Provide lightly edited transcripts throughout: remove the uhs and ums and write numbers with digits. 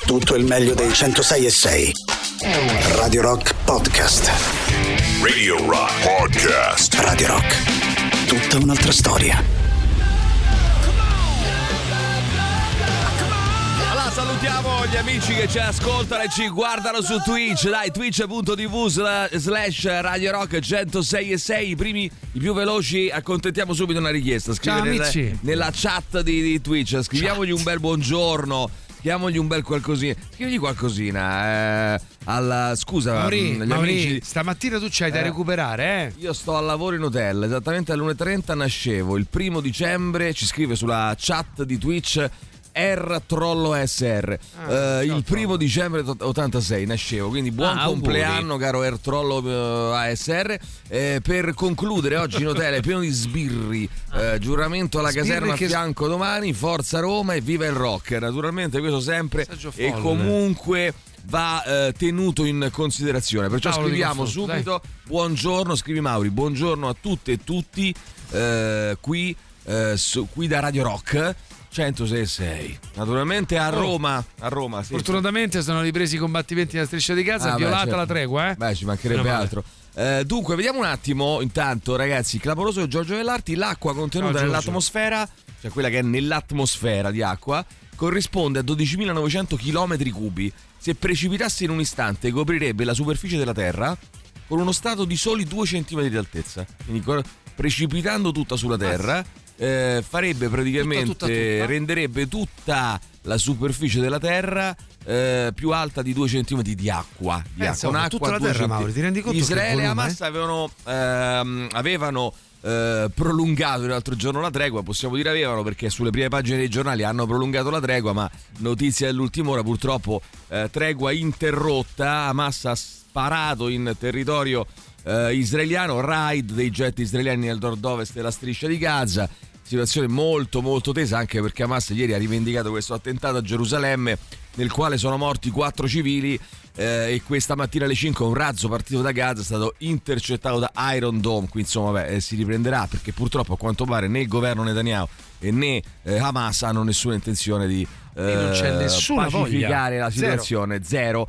Tutto il meglio dei 106.6. Radio Rock Podcast. Radio Rock Podcast. Radio Rock. Tutta un'altra storia. Salutiamo gli amici che ci ascoltano e ci guardano su Twitch, dai, twitch.tv/Radio Rock 106.6. I più veloci accontentiamo subito una richiesta. Scrivete nella chat di Twitch, scriviamogli un bel buongiorno, scriviamogli un bel qualcosina, scrivigli qualcosina. Scusa, Mauri, amici, stamattina tu c'hai da recuperare, Io sto al lavoro in hotel, esattamente alle 1:30 nascevo, il 1 dicembre, ci scrive sulla chat di Twitch R Trollo SR, il 1 dicembre 86 nascevo, quindi buon compleanno caro R Trollo ASR. Per concludere, oggi in hotel è pieno di sbirri, giuramento alla caserma a fianco domani, forza Roma e viva il rock, naturalmente questo sempre e comunque va tenuto in considerazione, perciò scriviamo subito buongiorno, scrivi Mauri, buongiorno a tutte e tutti qui da Radio Rock 106.6, naturalmente a Roma, sì. Fortunatamente sono ripresi i combattimenti nella striscia di Gaza, violata certo. La tregua, Beh, ci mancherebbe altro. Dunque, vediamo un attimo, intanto ragazzi, clamoroso Giorgio Vellarti, l'acqua contenuta nell'atmosfera, cioè quella che è nell'atmosfera di acqua, corrisponde a 12.900 km cubi. Se precipitasse in un istante coprirebbe la superficie della Terra con uno strato di soli 2 cm di altezza, quindi precipitando tutta sulla Terra farebbe praticamente tutta. Renderebbe tutta la superficie della Terra più alta di 2 cm di acqua. Un'acqua tutta la Terra, Mauri, ti rendi conto? Israele e Hamas avevano prolungato l'altro giorno la tregua, possiamo dire avevano perché sulle prime pagine dei giornali hanno prolungato la tregua, ma notizia dell'ultima ora purtroppo tregua interrotta. Hamas ha sparato in territorio israeliano, raid dei jet israeliani nel nord-ovest della striscia di Gaza, situazione molto molto tesa anche perché Hamas ieri ha rivendicato questo attentato a Gerusalemme nel quale sono morti 4 civili e questa mattina alle 5 un razzo partito da Gaza è stato intercettato da Iron Dome, qui insomma si riprenderà perché purtroppo a quanto pare né il governo Netanyahu e né Hamas hanno nessuna intenzione di non c'è nessuna pacificare voglia. la situazione, zero.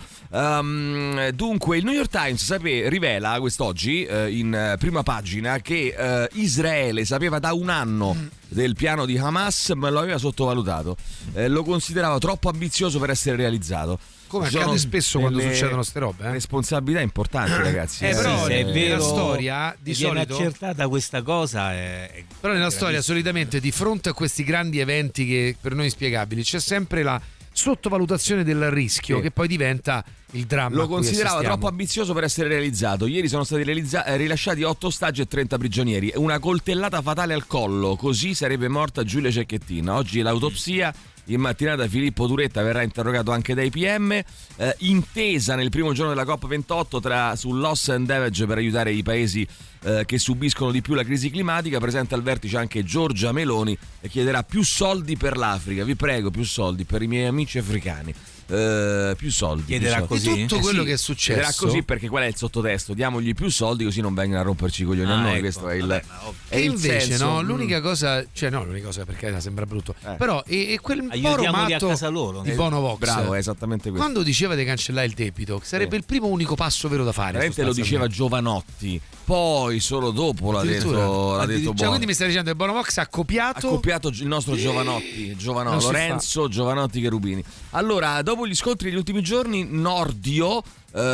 Dunque il New York Times rivela quest'oggi in prima pagina che Israele sapeva da un anno del piano di Hamas ma lo aveva sottovalutato, lo considerava troppo ambizioso per essere realizzato. Come accade spesso quando succedono ste robe, responsabilità importanti, ragazzi. Però se è vero, nella storia di viene solito accertata questa cosa però nella storia solitamente di fronte a questi grandi eventi che per noi inspiegabili c'è sempre la sottovalutazione del rischio che poi diventa il dramma. Lo considerava troppo ambizioso per essere realizzato. Ieri sono stati rilasciati 8 ostaggi e 30 prigionieri, una coltellata fatale al collo, così sarebbe morta Giulia Cecchettin. Oggi l'autopsia. In mattinata Filippo Turetta verrà interrogato anche dai PM. Intesa nel primo giorno della COP28 sul loss and damage per aiutare i paesi che subiscono di più la crisi climatica. Presente al vertice anche Giorgia Meloni e chiederà più soldi per l'Africa. Vi prego, più soldi per i miei amici africani. Più soldi. Chiederà così? Di tutto quello che è successo. Chiederà così perché qual è il sottotesto? Diamogli più soldi così non vengono a romperci i coglioni a noi. Ecco, questo è il e invece senso. no, l'unica cosa, l'unica cosa perché sembra brutto, però è quel aiutiamoli poro matto a casa loro di Bono Vox. Bravo, è esattamente questo. Quando diceva di cancellare il debito sarebbe il primo unico passo vero da fare. Veramente lo diceva Giovanotti, poi solo dopo l'ha detto Bono. Quindi mi stai dicendo che Bono Vox ha copiato il nostro Giovanotti, Lorenzo Giovanotti Cherubini. Allora, dopo gli scontri degli ultimi giorni, Nordio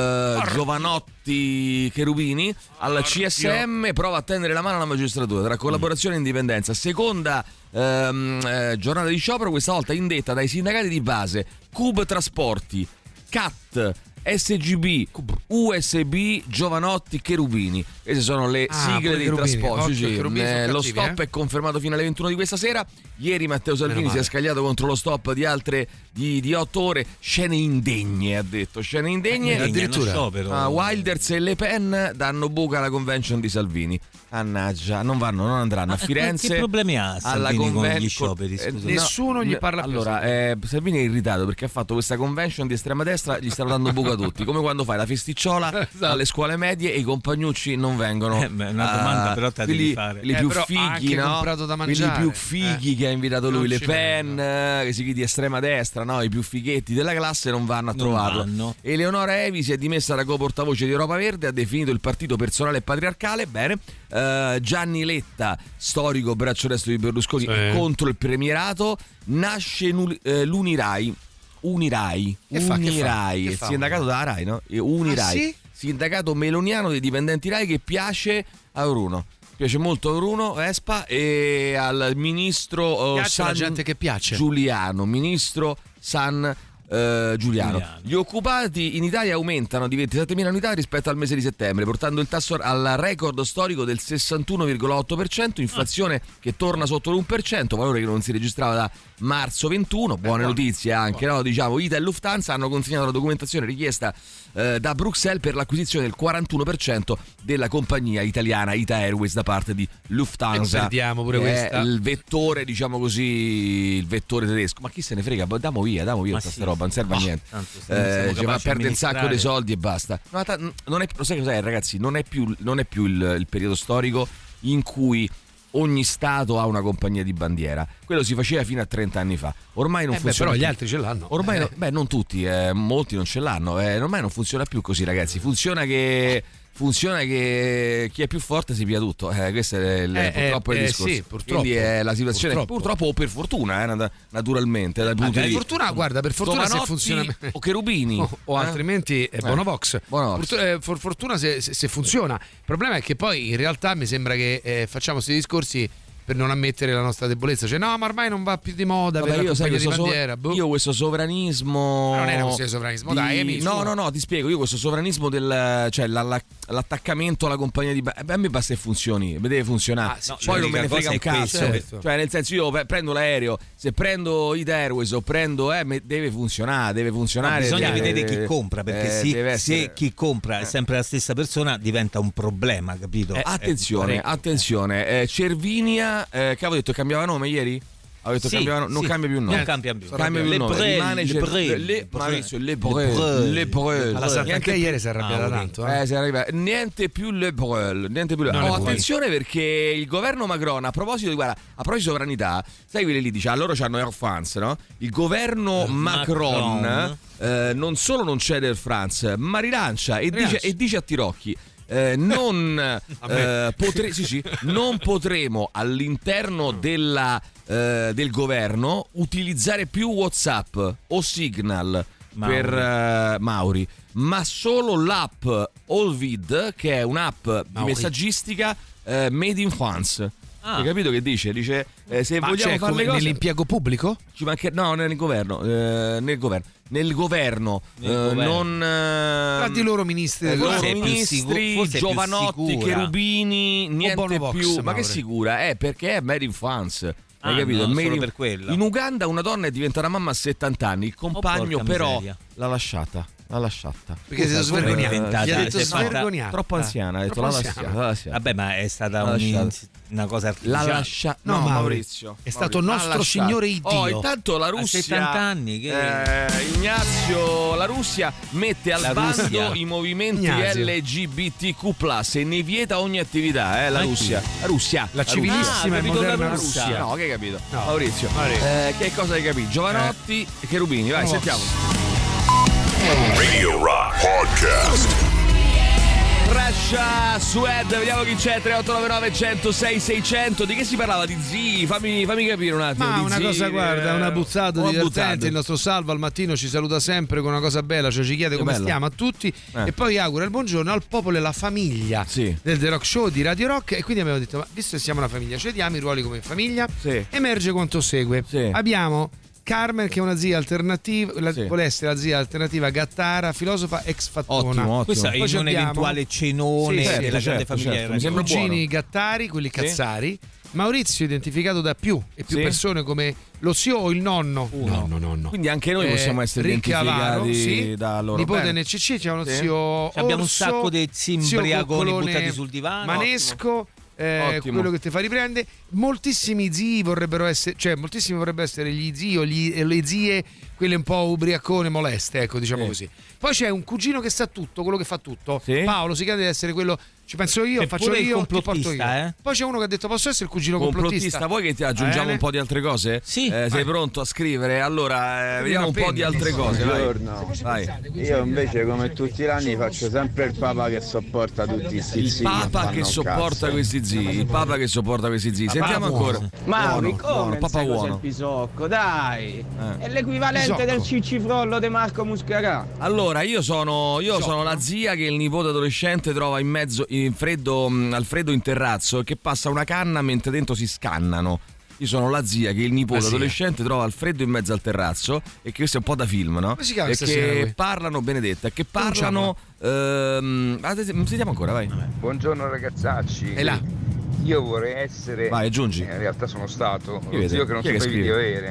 Giovanotti Cherubini al CSM prova a tendere la mano alla magistratura tra collaborazione e indipendenza. Seconda giornata di sciopero, questa volta indetta dai sindacati di base Cub Trasporti, CAT, SGB, USB, Giovanotti, Cherubini. Queste sono le sigle dei trasporti. Lo stop è confermato fino alle 21 di questa sera. Ieri Matteo Salvini si è scagliato contro lo stop di altre di 8 ore. Scene indegne, ha detto. Scene indegne. Addirittura Wilders e Le Pen danno buca alla convention di Salvini. Mannaggia, non andranno a Firenze. Che problemi ha Salvini con gli scioperi? Nessuno gli parla più. Allora, Salvini è irritato perché ha fatto questa convention di estrema destra, gli stanno dando buca tutti, come quando fai la festicciola alle scuole medie e i compagnucci non vengono. Una domanda però te la devi fare. Quelli più fighi, no? Quelli più fighi che ha invitato lui, Le Pen, che si di estrema destra, no? I più fighetti della classe non vanno a trovarlo. Eleonora Evi si è dimessa da co-portavoce di Europa Verde, ha definito il partito personale e patriarcale. Bene. Gianni Letta, storico braccio destro di Berlusconi, contro il premierato. Nasce l'Unirai. Unirai, il sindacato della Rai, no? Unirai, sì? Sindacato meloniano dei dipendenti Rai che piace a Bruno. Piace molto a Bruno Vespa e al ministro la gente che piace. Ministro San Giuliano. Gli occupati in Italia aumentano di 27.000 unità rispetto al mese di settembre, portando il tasso al record storico del 61,8%, inflazione che torna sotto l'1%, valore che non si registrava da marzo 21. Buone notizie anche, no? Diciamo, ITA e Lufthansa hanno consegnato la documentazione richiesta da Bruxelles per l'acquisizione del 41% della compagnia italiana Ita Airways da parte di Lufthansa. Perdiamo pure questa. Il vettore, diciamo così, il vettore tedesco. Ma chi se ne frega? Diamo via questa roba, non serve a niente. Ci va a perdere un sacco di soldi e basta. No, non è, lo sai cos'è, ragazzi? Non è più il periodo storico in cui ogni stato ha una compagnia di bandiera. Quello si faceva fino a 30 anni fa. Ormai non funziona. Però più. Gli altri ce l'hanno. Ormai non tutti, molti non ce l'hanno. Ormai non funziona più così, ragazzi. Funziona che chi è più forte si pia tutto. Questo è purtroppo il discorso. Sì, purtroppo. Quindi è la situazione. Purtroppo o per fortuna, naturalmente. Per fortuna, guarda, per fortuna se funziona. O Cherubini. O altrimenti è Bonovox. Fortuna se funziona. Il problema è che poi in realtà mi sembra che facciamo questi discorsi per non ammettere la nostra debolezza, cioè no, ma ormai non va più di moda. Vabbè, per la compagnia di bandiera. Io questo sovranismo, non era così sovranismo, dai, amici. No, ti spiego. Io questo sovranismo l'attaccamento alla compagnia di bandiera, a me basta che funzioni, deve funzionare. Poi non me ne frega un cazzo. Certo. Cioè, nel senso, io prendo l'aereo, se prendo Ita Airways o prendo deve funzionare. Bisogna vedere chi compra, perché se chi compra è sempre la stessa persona diventa un problema, capito? Attenzione, Cervinia, che avevo detto cambiava nome ieri? Avevo detto non cambia più nome. Non cambia più. Rimane Le Brel. La Santa anche ieri si è arrabbiata tanto. Niente più Le Brel. Attenzione, perché il governo Macron, a proposito di sovranità, sai quelli lì, dice, loro c'hanno Air France, no? Il governo Macron non solo non cede Air France, ma rilancia e dice a Tirocchi: non potremo all'interno del governo utilizzare più WhatsApp o Signal per Mauri, ma solo l'app Allvid, che è un'app di messaggistica made in France. Hai capito che dice? Dice se vogliamo fare le cose nell'impiego pubblico? No, nel governo. Non tra di loro ministri, Giovanotti, Cherubini, niente più. Ma che sicura? Perché è made in France. Hai capito? Solo per quello. In Uganda una donna è diventata mamma a 70 anni, il compagno però l'ha lasciata. Perché si è svergognata. Gli ha detto svergognata. Troppo anziana, ha detto l'ha lasciata. Vabbè, ma è stata una cosa artificiale. No, Maurizio. È stato nostro Signore Iddio. Intanto la Russia, a 70 anni Ignazio, la Russia mette al bando i movimenti LGBTQ+, e ne vieta ogni attività, la Russia. La civilissima e moderna Russia. No, che hai capito? No. Maurizio. Che cosa hai capito? Giovanotti e Cherubini, vai, sentiamo. Radio Rock Podcast. Russia, Sued, vediamo chi c'è. 3899 106 600. Di che si parlava? Di zii? Fammi capire un attimo. Ma una cosa, guarda, una buzzata divertente. Il nostro Salvo al mattino ci saluta sempre con una cosa bella, cioè ci chiede come stiamo a tutti e poi augura il buongiorno al popolo e alla famiglia del The Rock Show di Radio Rock. E quindi abbiamo detto, ma visto che siamo una famiglia, ci diamo i ruoli come famiglia. Emerge quanto segue. Abbiamo Carmen, che è una zia alternativa, vuole essere la zia alternativa Gattara, filosofa ex fattona. Ottimo. Questo è un eventuale cenone della grande famiglia. Mi sembra cugini Gattari, quelli cazzari. Maurizio identificato da più persone come lo zio o il nonno. Nonno. Quindi anche noi possiamo essere identificati da loro. Nipote NCC, c'è uno zio Orso, abbiamo un sacco di zii imbriaconi buttati sul divano. Manesco. quello che ti fa riprende. Moltissimi zii vorrebbero essere, cioè moltissimi vorrebbero essere gli zii o le zie, quelle un po' ubriacone moleste, ecco, diciamo così. Poi c'è un cugino che sa tutto, quello che fa tutto. Paolo si crede di essere quello, ci penso io, faccio io, ti porto io. Poi c'è uno che ha detto posso essere il cugino complottista. Vuoi che ti aggiungiamo un po' di altre cose? Sì. Sei pronto a scrivere? Allora vediamo un po' di altre cose. Vai. Io invece come tutti gli anni faccio sempre il papa che sopporta tutti questi zii. Il papa che sopporta questi zii. Il papa che sopporta questi zii. Sentiamo ancora. Mauri, come papa buono. Il pisocco, dai. È l'equivalente del cicifrollo di Marco Muscarà. Allora, io sono la zia che il nipote adolescente trova in mezzo al freddo in terrazzo e che passa una canna mentre dentro si scannano. Io sono la zia che il nipote adolescente trova al freddo in mezzo al terrazzo e che questo è un po' da film, no? E che parlano, Benedetta, che parlano sentiamo ancora, vai. Buongiorno ragazzacci. E là. Io vorrei essere. Vai, aggiungi. In realtà sono stato lo zio che non sapevi di avere.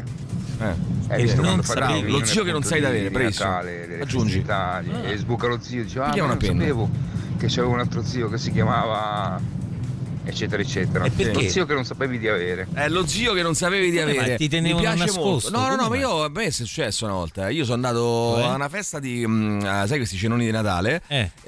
Lo zio che non sai da avere, bravissimo. Aggiungi. E sbuca lo zio, dice non sapevo che c'avevo un altro zio che si chiamava eccetera eccetera. Lo zio che non sapevi di avere. Lo zio che non sapevi di avere. Ma ti tenevo nascosto. No, ma a me è successo una volta. Io sono andato a una festa di sai questi cenoni di Natale?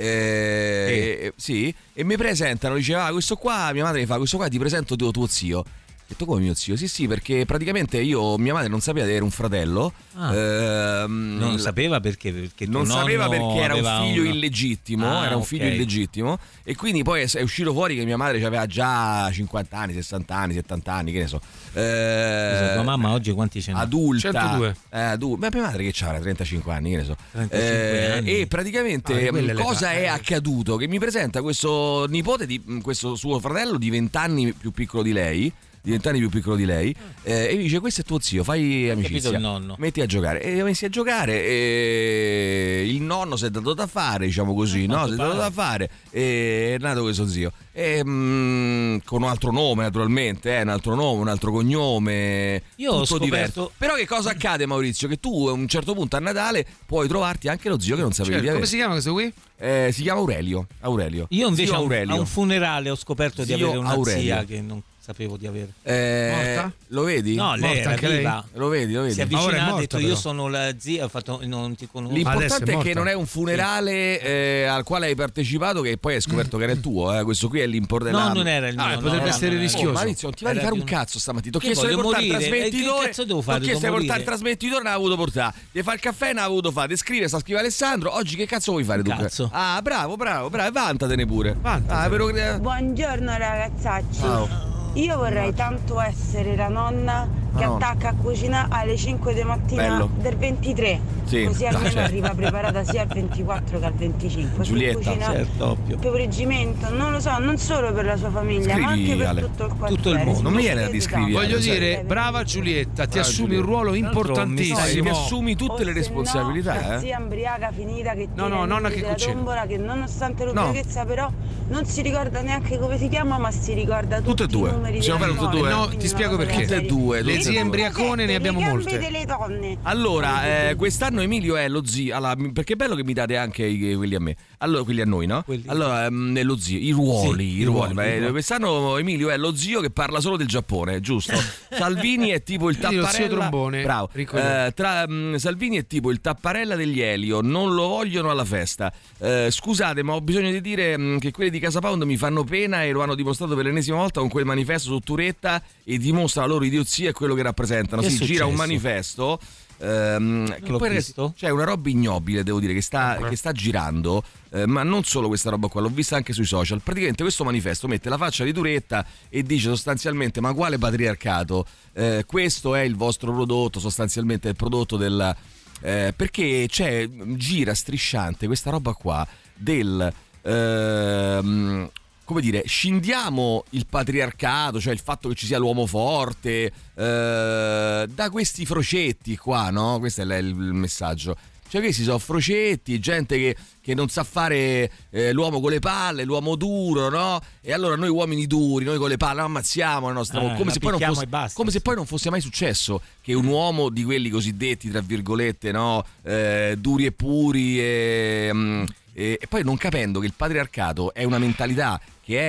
Sì, e mi presentano, diceva questo qua, mia madre mi fa questo qua, ti presento tuo zio. Ho detto come mio zio? Sì, perché praticamente mia madre non sapeva di avere un fratello. Non sapeva perché non sapeva perché era un figlio illegittimo. Era un figlio illegittimo. E quindi poi è uscito fuori che mia madre aveva già 50 anni, 60 anni, 70 anni, che ne so. Tua mamma oggi quanti ce n'ha? Adulta. 102. Ma mia madre che c'aveva 35 anni, che ne so. 35 anni. E praticamente cosa è accaduto? Che mi presenta questo nipote di questo suo fratello di 20 anni più piccolo di lei. E mi dice questo è tuo zio, fai amicizia, il nonno. metti a giocare. E io messi a giocare e il nonno si è dato da fare, diciamo così, no? Si è dato da fare e è nato questo zio con un altro nome naturalmente, un altro nome, un altro cognome, io tutto ho scoperto... diverso. Però che cosa accade, Maurizio? Che tu a un certo punto a Natale puoi trovarti anche lo zio che non sapevi di avere. Come si chiama questo qui? Si chiama Aurelio. Io invece a un funerale ho scoperto di avere una zia che non sapevo di avere. Morta? Lo vedi? No, lei era viva. Lo vedi? Si è avvicinata, ha detto io sono la zia, ho fatto non ti conosco. L'importante è che non è un funerale al quale hai partecipato che poi hai scoperto che era il tuo, questo qui è l'importante. No, non era il mio. Potrebbe essere rischioso. Maurizio, non ti va di fare un cazzo stamattina. Ti ho chiesto di portare il trasmettitore. Che cazzo devo fare? Ti ho chiesto di portare il trasmettitore, non ha avuto portare. Di fare il caffè, non ha avuto fare. Di scrivere, sta scrivendo Alessandro. Oggi che cazzo vuoi fare tu? Bravo, vantatene pure. Buongiorno ragazzacci. Ciao. Io vorrei tanto essere la nonna che attacca a cucinare alle 5 di mattina del 23, così almeno arriva preparata sia al 24 che al 25. Giulietta, il reggimento, non lo so, non solo per la sua famiglia, ma anche per tutto il quartiere. Tutto il mondo. Non mi viene da descrivere. Voglio dire, brava Giulietta, ti assumi un ruolo importantissimo. Ti assumi tutte le responsabilità. Sia imbriaca finita che nonna che la tombola, che nonostante l'ubriachezza però non si ricorda neanche come si chiama, ma si ricorda tutti e due. No, ti spiego perché. Tutte e due. Le zie embriacone ne abbiamo molte. Delle donne. Allora, quest'anno Emilio è lo zio. Allora, perché è bello che mi date anche quelli a me. Allora, quelli a noi, no? Allora, è lo zio. I ruoli. Quest'anno Emilio è lo zio che parla solo del Giappone, giusto? Salvini è tipo il tapparella. Lo zio trombone. Bravo. Salvini è tipo il tapparella degli Elio. Non lo vogliono alla festa. Scusate, ma ho bisogno di dire che quelli di Casa Pound mi fanno pena e lo hanno dimostrato per l'ennesima volta con quel manifesto su Turetta e dimostra la loro idiozia e quello che rappresentano. Si gira un manifesto c'è una roba ignobile, devo dire, che sta girando, ma non solo questa roba qua, l'ho vista anche sui social. Praticamente questo manifesto mette la faccia di Turetta e dice sostanzialmente: ma quale patriarcato? Questo è il vostro prodotto, sostanzialmente il prodotto del perché gira strisciante questa roba qua del come dire, scindiamo il patriarcato, cioè il fatto che ci sia l'uomo forte, da questi frocetti qua, no? Questo è il messaggio. Cioè questi sono frocetti, gente che non sa fare l'uomo con le palle, l'uomo duro, no? E allora noi uomini duri, noi con le palle ammazziamo la nostra come se poi non fosse mai successo che un uomo di quelli cosiddetti, tra virgolette, no? Duri e puri e poi non capendo che il patriarcato è una mentalità che è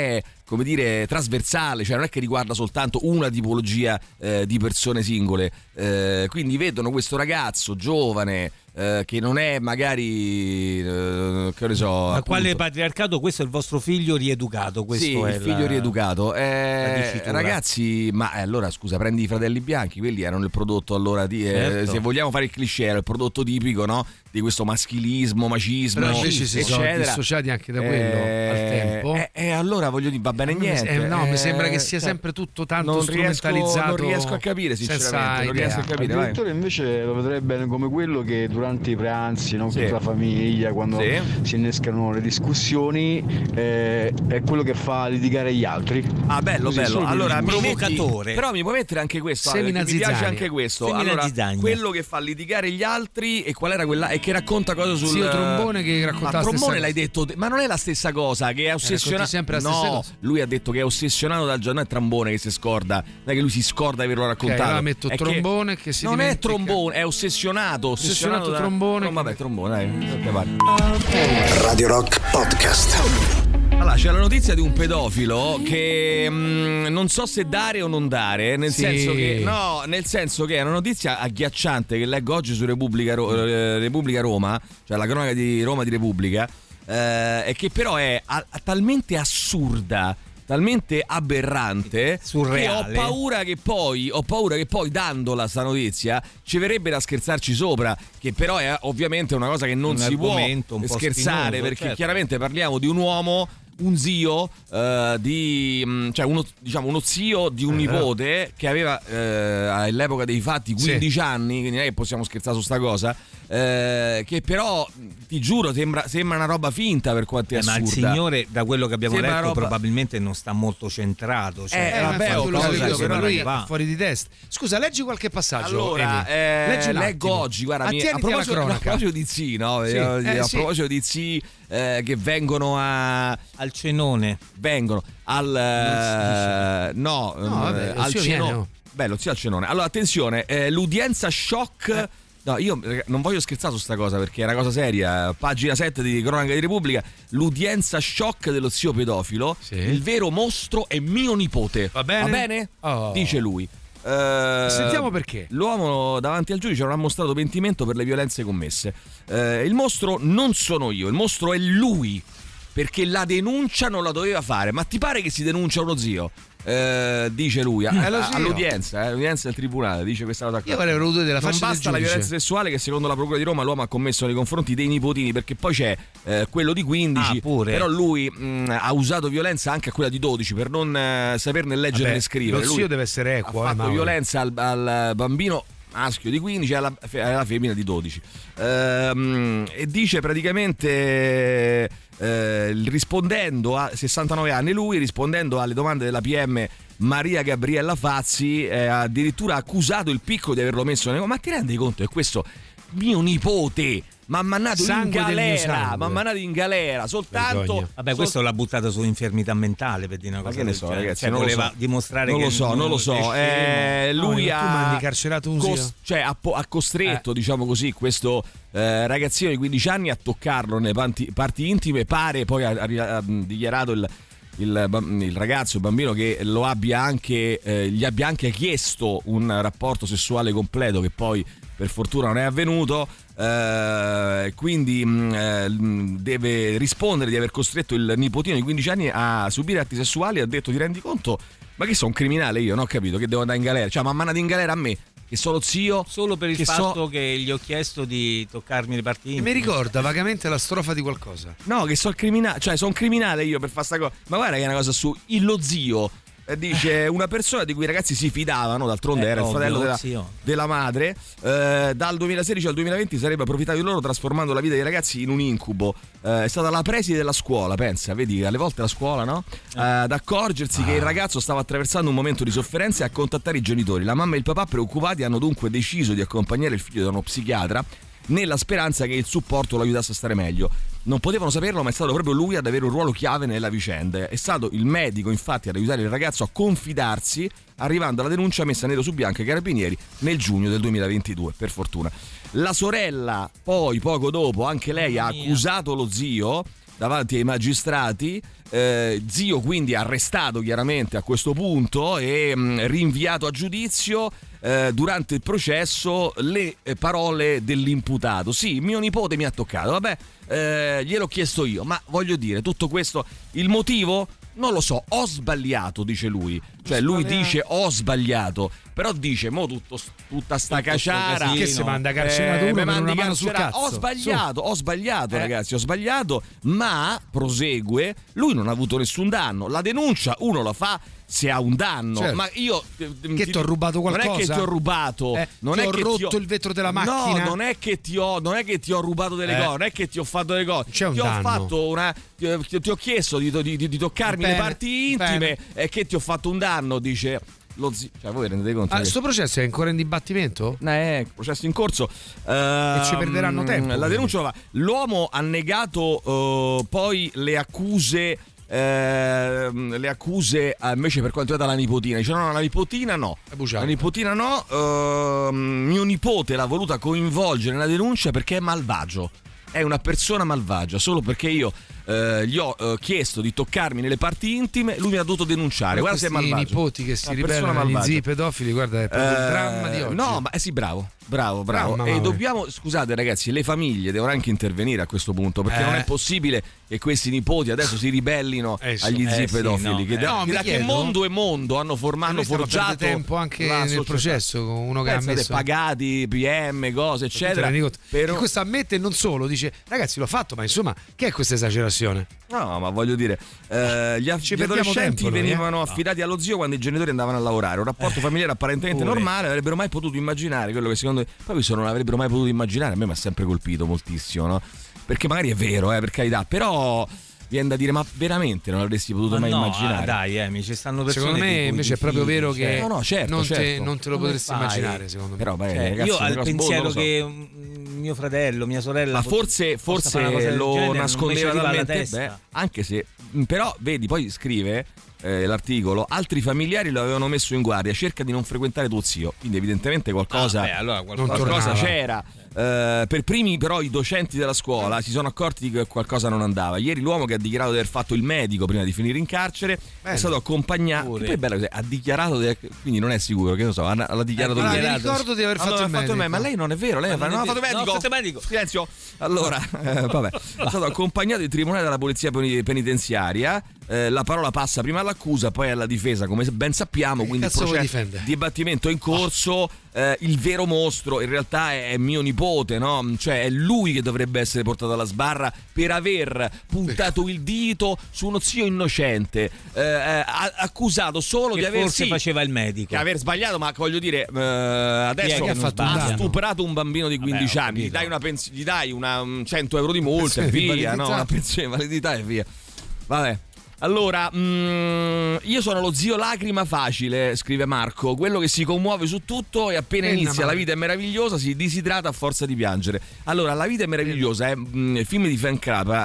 come dire, trasversale, cioè non è che riguarda soltanto una tipologia di persone singole, quindi vedono questo ragazzo giovane che non è magari che ne so, ma appunto, quale patriarcato? Questo è il vostro figlio rieducato, questo sì, è il figlio rieducato, ragazzi, ma allora scusa, prendi i Fratelli Bianchi, quelli erano il prodotto allora di certo. se vogliamo fare il cliché, era il prodotto tipico, no? Di questo maschilismo, macismo, però invece si sono dissociati anche da quello al tempo. Allora voglio dire, va bene niente. Mi sembra che sia sempre tutto tanto strumentalizzato. Non riesco a capire, sinceramente. Non riesco a capire. Addirittura invece lo vedrei bene come quello che durante i pranzi, no? Tutta la famiglia, quando si innescano le discussioni, è quello che fa litigare gli altri. Ah, bello, bello. Allora, provocatore. Però mi puoi mettere anche questo. Mi piace anche questo. Allora, quello che fa litigare gli altri, e qual era quella? E che racconta cosa sul Zio Trombone che raccontava. Ma Trombone l'hai detto, ma non è la stessa cosa, che è ossessionato. Sempre la stessa cosa. Lui ha detto che è ossessionato dal giornale. Trambone che si scorda, non è che lui si scorda di averlo raccontato. Allora metto Trombone che si non dimentica. è Trombone, è ossessionato Trombone. No, vabbè, Trombone, dai. Radio Rock Podcast. Allora, c'è la notizia di un pedofilo che non so se dare o non dare, nel senso che è una notizia agghiacciante che leggo oggi su Repubblica Roma, cioè la cronaca di Roma di Repubblica, e che però è talmente assurda, talmente aberrante, surreale, che ho paura che poi dandola sta notizia ci verrebbe da scherzarci sopra, che però è ovviamente una cosa che non si può scherzare, spinoso, perché certo. chiaramente parliamo di un uomo, un zio cioè uno zio di un nipote che aveva all'epoca dei fatti 15 anni, quindi non è che possiamo scherzare su sta cosa, che però ti giuro sembra una roba finta per quanto è assurda. Ma il signore, da quello che abbiamo letto, probabilmente non sta molto centrato, però lui va fuori di testa. Scusa, leggi qualche passaggio. Allora, leggo oggi, guarda, a proposito di zii, no? A proposito di zii che vengono al cenone, vengono al cenone. Bello, zio al cenone. Allora, attenzione, l'udienza shock. No, io non voglio scherzare su sta cosa perché è una cosa seria. Pagina 7 di Cronaca di Repubblica, l'udienza shock dello zio pedofilo. Il vero mostro è mio nipote. Va bene? Oh. Dice lui. Sentiamo perché. L'uomo davanti al giudice non ha mostrato pentimento per le violenze commesse. Il mostro non sono io, il mostro è lui, perché la denuncia non la doveva fare. Ma ti pare che si denuncia uno zio? Dice lui all'udienza del tribunale, dice questa cosa qua. Io avrei voluto vedere la faccia del giudice. Non basta la violenza sessuale che secondo la procura di Roma l'uomo ha commesso nei confronti dei nipotini, perché poi c'è quello di 15, però lui ha usato violenza anche a quella di 12 per non saperne leggere né scrivere. Lo zio deve essere equo, ha fatto violenza al bambino maschio di 15 e alla femmina di 12, e dice praticamente rispondendo a 69 anni lui, rispondendo alle domande della PM Maria Gabriella Fazzi, addirittura ha accusato il piccolo di averlo messo ma ti rendi conto che questo mio nipote ma mandato in galera soltanto. Vabbè, questo l'ha buttato su infermità mentale, per dire una cosa. Ma che ne so, ragazzi, cioè, voleva dimostrare non che non lo so. Lui tu mandi carcerato un ha costretto, diciamo così, questo ragazzino di 15 anni a toccarlo nelle parti intime. Pare poi ha dichiarato il ragazzo, il bambino, che lo abbia anche gli abbia anche chiesto un rapporto sessuale completo, che poi per fortuna non è avvenuto, quindi deve rispondere di aver costretto il nipotino di 15 anni a subire atti sessuali. Ha detto: ti rendi conto? Ma che sono un criminale io? Non ho capito che devo andare in galera, cioè ma mandato in galera a me che sono zio, solo per il fatto che gli ho chiesto di toccarmi le parti intime. Mi ricorda vagamente la strofa di qualcosa. No, che sono criminale, cioè sono criminale io per fare sta cosa. Ma guarda che è una cosa su lo zio. Dice una persona di cui i ragazzi si fidavano, d'altronde era il fratello della madre, dal 2016 al 2020 sarebbe approfittato di loro, trasformando la vita dei ragazzi in un incubo. È stata la preside della scuola, pensa, vedi, alle volte la scuola, no? Ad accorgersi che il ragazzo stava attraversando un momento di sofferenza e a contattare i genitori. La mamma e il papà, preoccupati, hanno dunque deciso di accompagnare il figlio da uno psichiatra, nella speranza che il supporto lo aiutasse a stare meglio. Non potevano saperlo, ma è stato proprio lui ad avere un ruolo chiave nella vicenda. È stato il medico, infatti, ad aiutare il ragazzo a confidarsi, arrivando alla denuncia messa nero su bianco ai carabinieri nel giugno del 2022, per fortuna. La sorella, poi, poco dopo, anche lei ha accusato lo zio, davanti ai magistrati. Zio quindi arrestato chiaramente a questo punto e rinviato a giudizio. Durante il processo le parole dell'imputato: sì, mio nipote mi ha toccato, vabbè, gliel'ho chiesto io, ma voglio dire, tutto questo, il motivo? Non lo so, ho sbagliato, dice lui. Cioè lui dice ho sbagliato, però dice mo tutta sta caciara che si manda carceratura per una mano sul cazzo. Ho sbagliato ragazzi, ho sbagliato, ma prosegue, lui non ha avuto nessun danno. La denuncia uno la fa se ha un danno, certo. Ma io che ti ho rubato qualcosa? Non è che ti ho rubato, non ti è ho che rotto il vetro della macchina. No, non è che ti ho rubato delle cose, non è che ti ho fatto delle cose. C'è un danno. Ti ho chiesto di toccarmi le parti intime e che ti ho fatto un danno, dice lo zio. Cioè, voi rendete conto? Questo processo è ancora in dibattimento? Processo in corso. E ci perderanno tempo. La denuncia va. L'uomo ha negato poi le accuse invece per quanto riguarda la nipotina. Dice no, la nipotina no. La nipotina no. Mio nipote l'ha voluta coinvolgere nella denuncia perché è malvagio. È una persona malvagia, solo perché io gli ho chiesto di toccarmi nelle parti intime, lui mi ha dovuto denunciare. Guarda se è malvagio. I nipoti che si ribellano agli zii pedofili, guarda, è proprio il dramma di oggi. No, ma sì, bravo. E dobbiamo, scusate ragazzi, le famiglie devono anche intervenire a questo punto, perché non è possibile che questi nipoti adesso si ribellino agli zii pedofili. Da che mondo e mondo hanno forgiato tempo anche nel processo con uno che ha messo pagati, PM, cose eccetera. Questo ammette e non solo, dice ragazzi l'ho fatto, ma insomma che è questa esagerazione? No, ma voglio dire, gli adolescenti venivano affidati allo zio quando i genitori andavano a lavorare. Un rapporto familiare apparentemente normale, avrebbero mai potuto immaginare quello che secondo poi non avrebbero mai potuto immaginare. A me mi ha sempre colpito moltissimo, no? Perché magari è vero, per carità, però viene da dire, ma veramente non avresti potuto mai immaginare? Dai, ci stanno persone. Secondo me invece è proprio vero che certo. non te lo potresti immaginare, secondo me. Però ragazzi, io al pensiero che mio fratello, mia sorella, ma forse lo nascondeva dalla testa, anche se però vedi, poi scrive l'articolo, altri familiari lo avevano messo in guardia, cerca di non frequentare tuo zio, quindi evidentemente qualcosa c'era. Per primi però i docenti della scuola si sono accorti che qualcosa non andava. Ieri l'uomo che ha dichiarato di aver fatto il medico prima di finire in carcere è stato accompagnato, che poi è bello che ha dichiarato quindi non è sicuro, che non so, ha dichiarato mi ricordo di aver fatto il medico. Ma lei non è vero, lei ha fatto medico. Silenzio. Allora, vabbè, è stato accompagnato in tribunale dalla polizia penitenziaria. La parola passa prima all'accusa, poi alla difesa, come ben sappiamo, quindi il processo, dibattimento in corso. Il vero mostro in realtà è mio nipote, no? Cioè è lui che dovrebbe essere portato alla sbarra per aver puntato il dito su uno zio innocente, accusato solo che di aver forse faceva il medico, che aver sbagliato, ma voglio dire adesso ha stuprato un bambino di 15 anni, gli dai una 100 euro di multa e via, no? Una pensione di validità e via. Vabbè. Allora, io sono lo zio lacrima facile, scrive Marco, quello che si commuove su tutto e appena inizia La vita è meravigliosa si disidrata a forza di piangere. Allora, La vita è meravigliosa, il film di Frank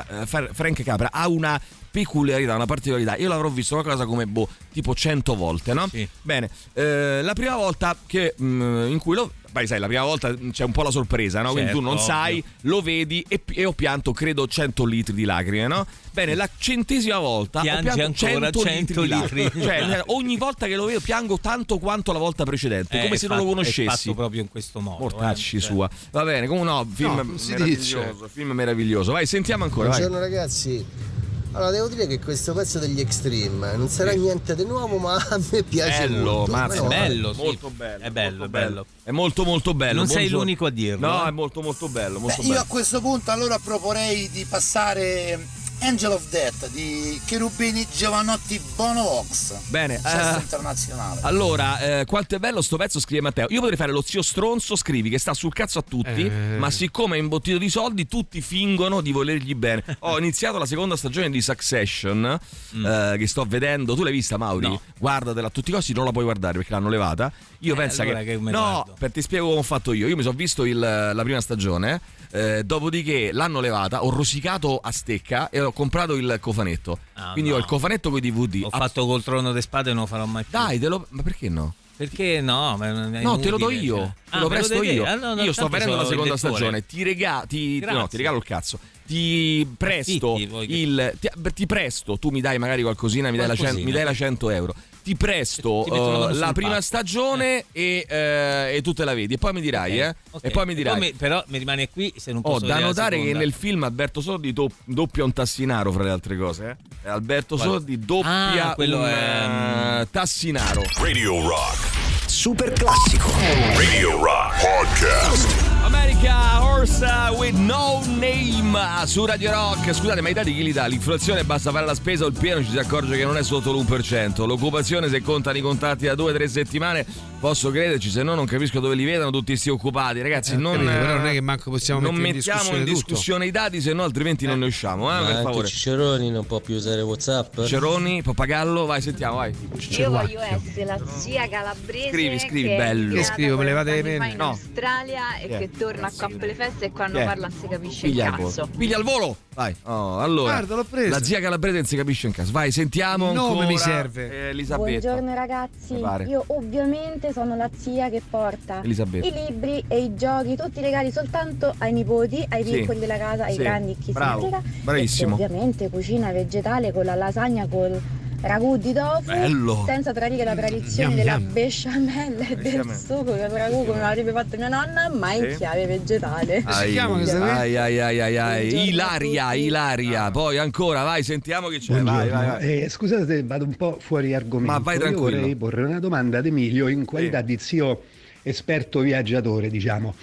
Capra ha una peculiarità, una particolarità. Io l'avrò visto qualcosa come tipo 100 volte, no? Sì. Bene, la prima volta che in cui sai, la prima volta c'è un po' la sorpresa, no? Quindi tu non sai, lo vedi e ho pianto credo 100 litri di lacrime, no? Bene, la 100ª volta piangi ho pianto ancora 100 litri. Cioè, ogni volta che lo vedo piango tanto quanto la volta precedente, come se non lo conoscessi. È fatto proprio in questo modo. Mortacci sua. Va bene, come no, film meraviglioso. Vai, sentiamo ancora. Buongiorno ragazzi. Allora, devo dire che questo pezzo degli Extreme non sarà niente di nuovo, ma a me piace molto. È bello, molto bello. È bello. È molto molto bello. Non sei l'unico a dirlo. No, è molto molto bello. Io a questo punto allora proporrei di passare Angel of Death di Cherubini Giovanotti Bonovox. Bene, internazionale. Allora, quanto è bello sto pezzo, scrive Matteo. Io potrei fare lo zio stronzo, scrivi, che sta sul cazzo a tutti, ma siccome è imbottito di soldi, tutti fingono di volergli bene. Ho iniziato la seconda stagione di Succession, che sto vedendo. Tu l'hai vista, Mauri? No. Guardatela a tutti i costi, non la puoi guardare perché l'hanno levata. Io penso allora che no, ti spiego come ho fatto io. Io mi sono visto la prima stagione, dopodiché l'hanno levata, ho rosicato a stecca e ho comprato il cofanetto. Quindi ho il cofanetto con i DVD. Ho fatto col Trono de Spade e non lo farò mai più. Dai, ma perché no? Perché no? No, te lo do io. Te lo presto io. Io sto venendo la seconda stagione. Ti regalo il cazzo. Ti presto ti presto, tu mi dai magari qualcosina, mi dai la 100 euro. Ti presto la prima stagione e tu te la vedi e poi mi dirai, okay. E poi mi dirai. Però mi rimane qui se non posso da notare che nel film Alberto Sordi doppia un Tassinaro, fra le altre cose. Alberto Sordi doppia un Tassinaro. Radio Rock. Super classico. Radio Rock Podcast. America Horse with No Name su Radio Rock. Scusate, ma i dati chi li dà? L'inflazione, basta fare la spesa o il pieno, ci si accorge che non è sotto l'1%. L'occupazione, se contano i contatti da 2-3 settimane, posso crederci, se no non capisco dove li vedano tutti sti occupati. Ragazzi, però non è che manco possiamo mettiamo in discussione i dati, se no altrimenti non ne usciamo, per favore. Ciceroni non può più usare WhatsApp. Ciceroni, Pappagallo, vai, sentiamo, vai. Io voglio essere la zia calabrese scrivi bello. Che scrivo? Me le vate le penne? In Australia e che torna qua per le feste e quando parla non si capisce il cazzo. Piglia al volo! Vai. Allora, guarda, l'ho presa. La zia calabrese non si capisce in caso. Vai, sentiamo il nome ancora. Mi serve. Elisabetta. Buongiorno ragazzi. Io ovviamente sono la zia che porta Elisabetta. i libri e i giochi, tutti i regali soltanto ai nipoti, ai piccoli della casa, ai grandi, chi bravo. se ne frega. Bravissimo. E ovviamente cucina vegetale con la lasagna col ragù di tofu, bello. senza tradire la tradizione della besciamella e del sugo del ragù come avrebbe fatto mia nonna, ma in chiave vegetale. Ilaria. Poi ancora, vai, sentiamo che c'è. Vai. Scusate, vado un po' fuori argomento. Ma vai tranquillo. Io vorrei porre una domanda ad Emilio in qualità di zio esperto viaggiatore, diciamo.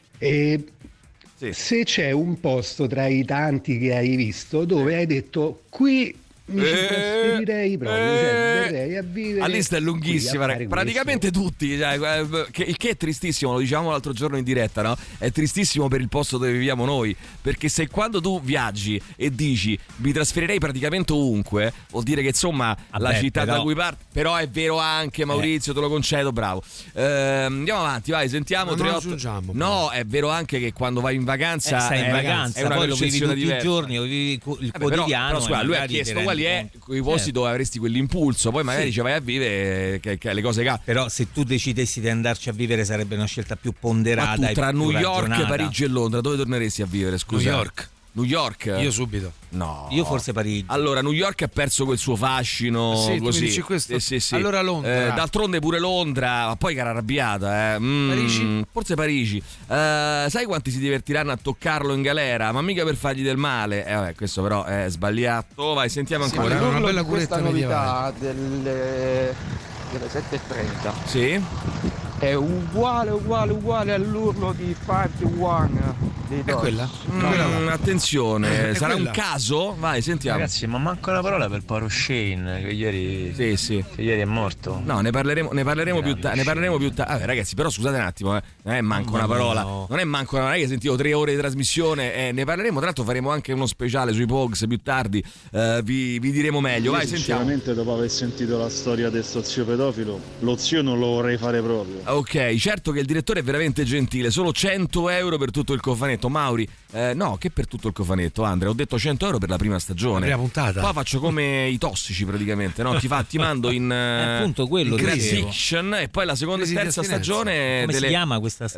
Se c'è un posto tra i tanti che hai visto dove hai detto qui mi ci trasferirei proprio, verrei a vivere. La lista è lunghissima, praticamente tutti, il che è tristissimo, lo diciamo l'altro giorno in diretta, no? È tristissimo per il posto dove viviamo noi, perché se quando tu viaggi e dici mi trasferirei praticamente ovunque, vuol dire che insomma la città da cui parti, però è vero anche, Maurizio, te lo concedo, bravo. Andiamo avanti, vai, sentiamo. No, è vero anche che quando vai in vacanza stai in vacanza, è una poi lo vivi tutti diversa. I giorni, lo vivi il quotidiano. Però lui ha chiesto quali è quei posti dove avresti quell'impulso, poi magari ci vai a vivere che le cose però se tu decidessi di andarci a vivere sarebbe una scelta più ponderata. Ma tu tra New York, Parigi e Londra dove torneresti a vivere, scusa? New York? Io subito. No. Io forse Parigi. Allora, New York ha perso quel suo fascino. Sì, così. Tu mi dici questo? Sì. Allora Londra. D'altronde pure Londra, ma poi che era arrabbiata. Parigi? Forse Parigi. Sai quanti si divertiranno a toccarlo in galera? Ma mica per fargli del male. Questo però è sbagliato. Vai, sentiamo ancora. Una bella questa novità delle 7:30. Sì. È uguale all'urlo di 51 dei È quella? Attenzione, sarà un caso? Vai, sentiamo. Ragazzi, ma manca una parola per Paro Shane che ieri che ieri è morto. No, ne parleremo più tardi. Vabbè, ragazzi, però scusate un attimo, non è manco una parola. Non è manco una parola, che sentivo 3 ore di trasmissione, ne parleremo, tra l'altro faremo anche uno speciale sui Pogs più tardi. Vi diremo meglio. Vai, sentiamo. Sinceramente, dopo aver sentito la storia del zio pedofilo, lo zio non lo vorrei fare proprio. Ok, certo che il direttore è veramente gentile, solo 100 euro per tutto il cofanetto. Mauri, no, che per tutto il cofanetto, Andrea, ho detto 100 euro per la prima stagione. La prima puntata. Qua faccio come i tossici praticamente, no? Ti mando in appunto quello Grand Fiction e poi la seconda e terza stagione. Come si chiama questa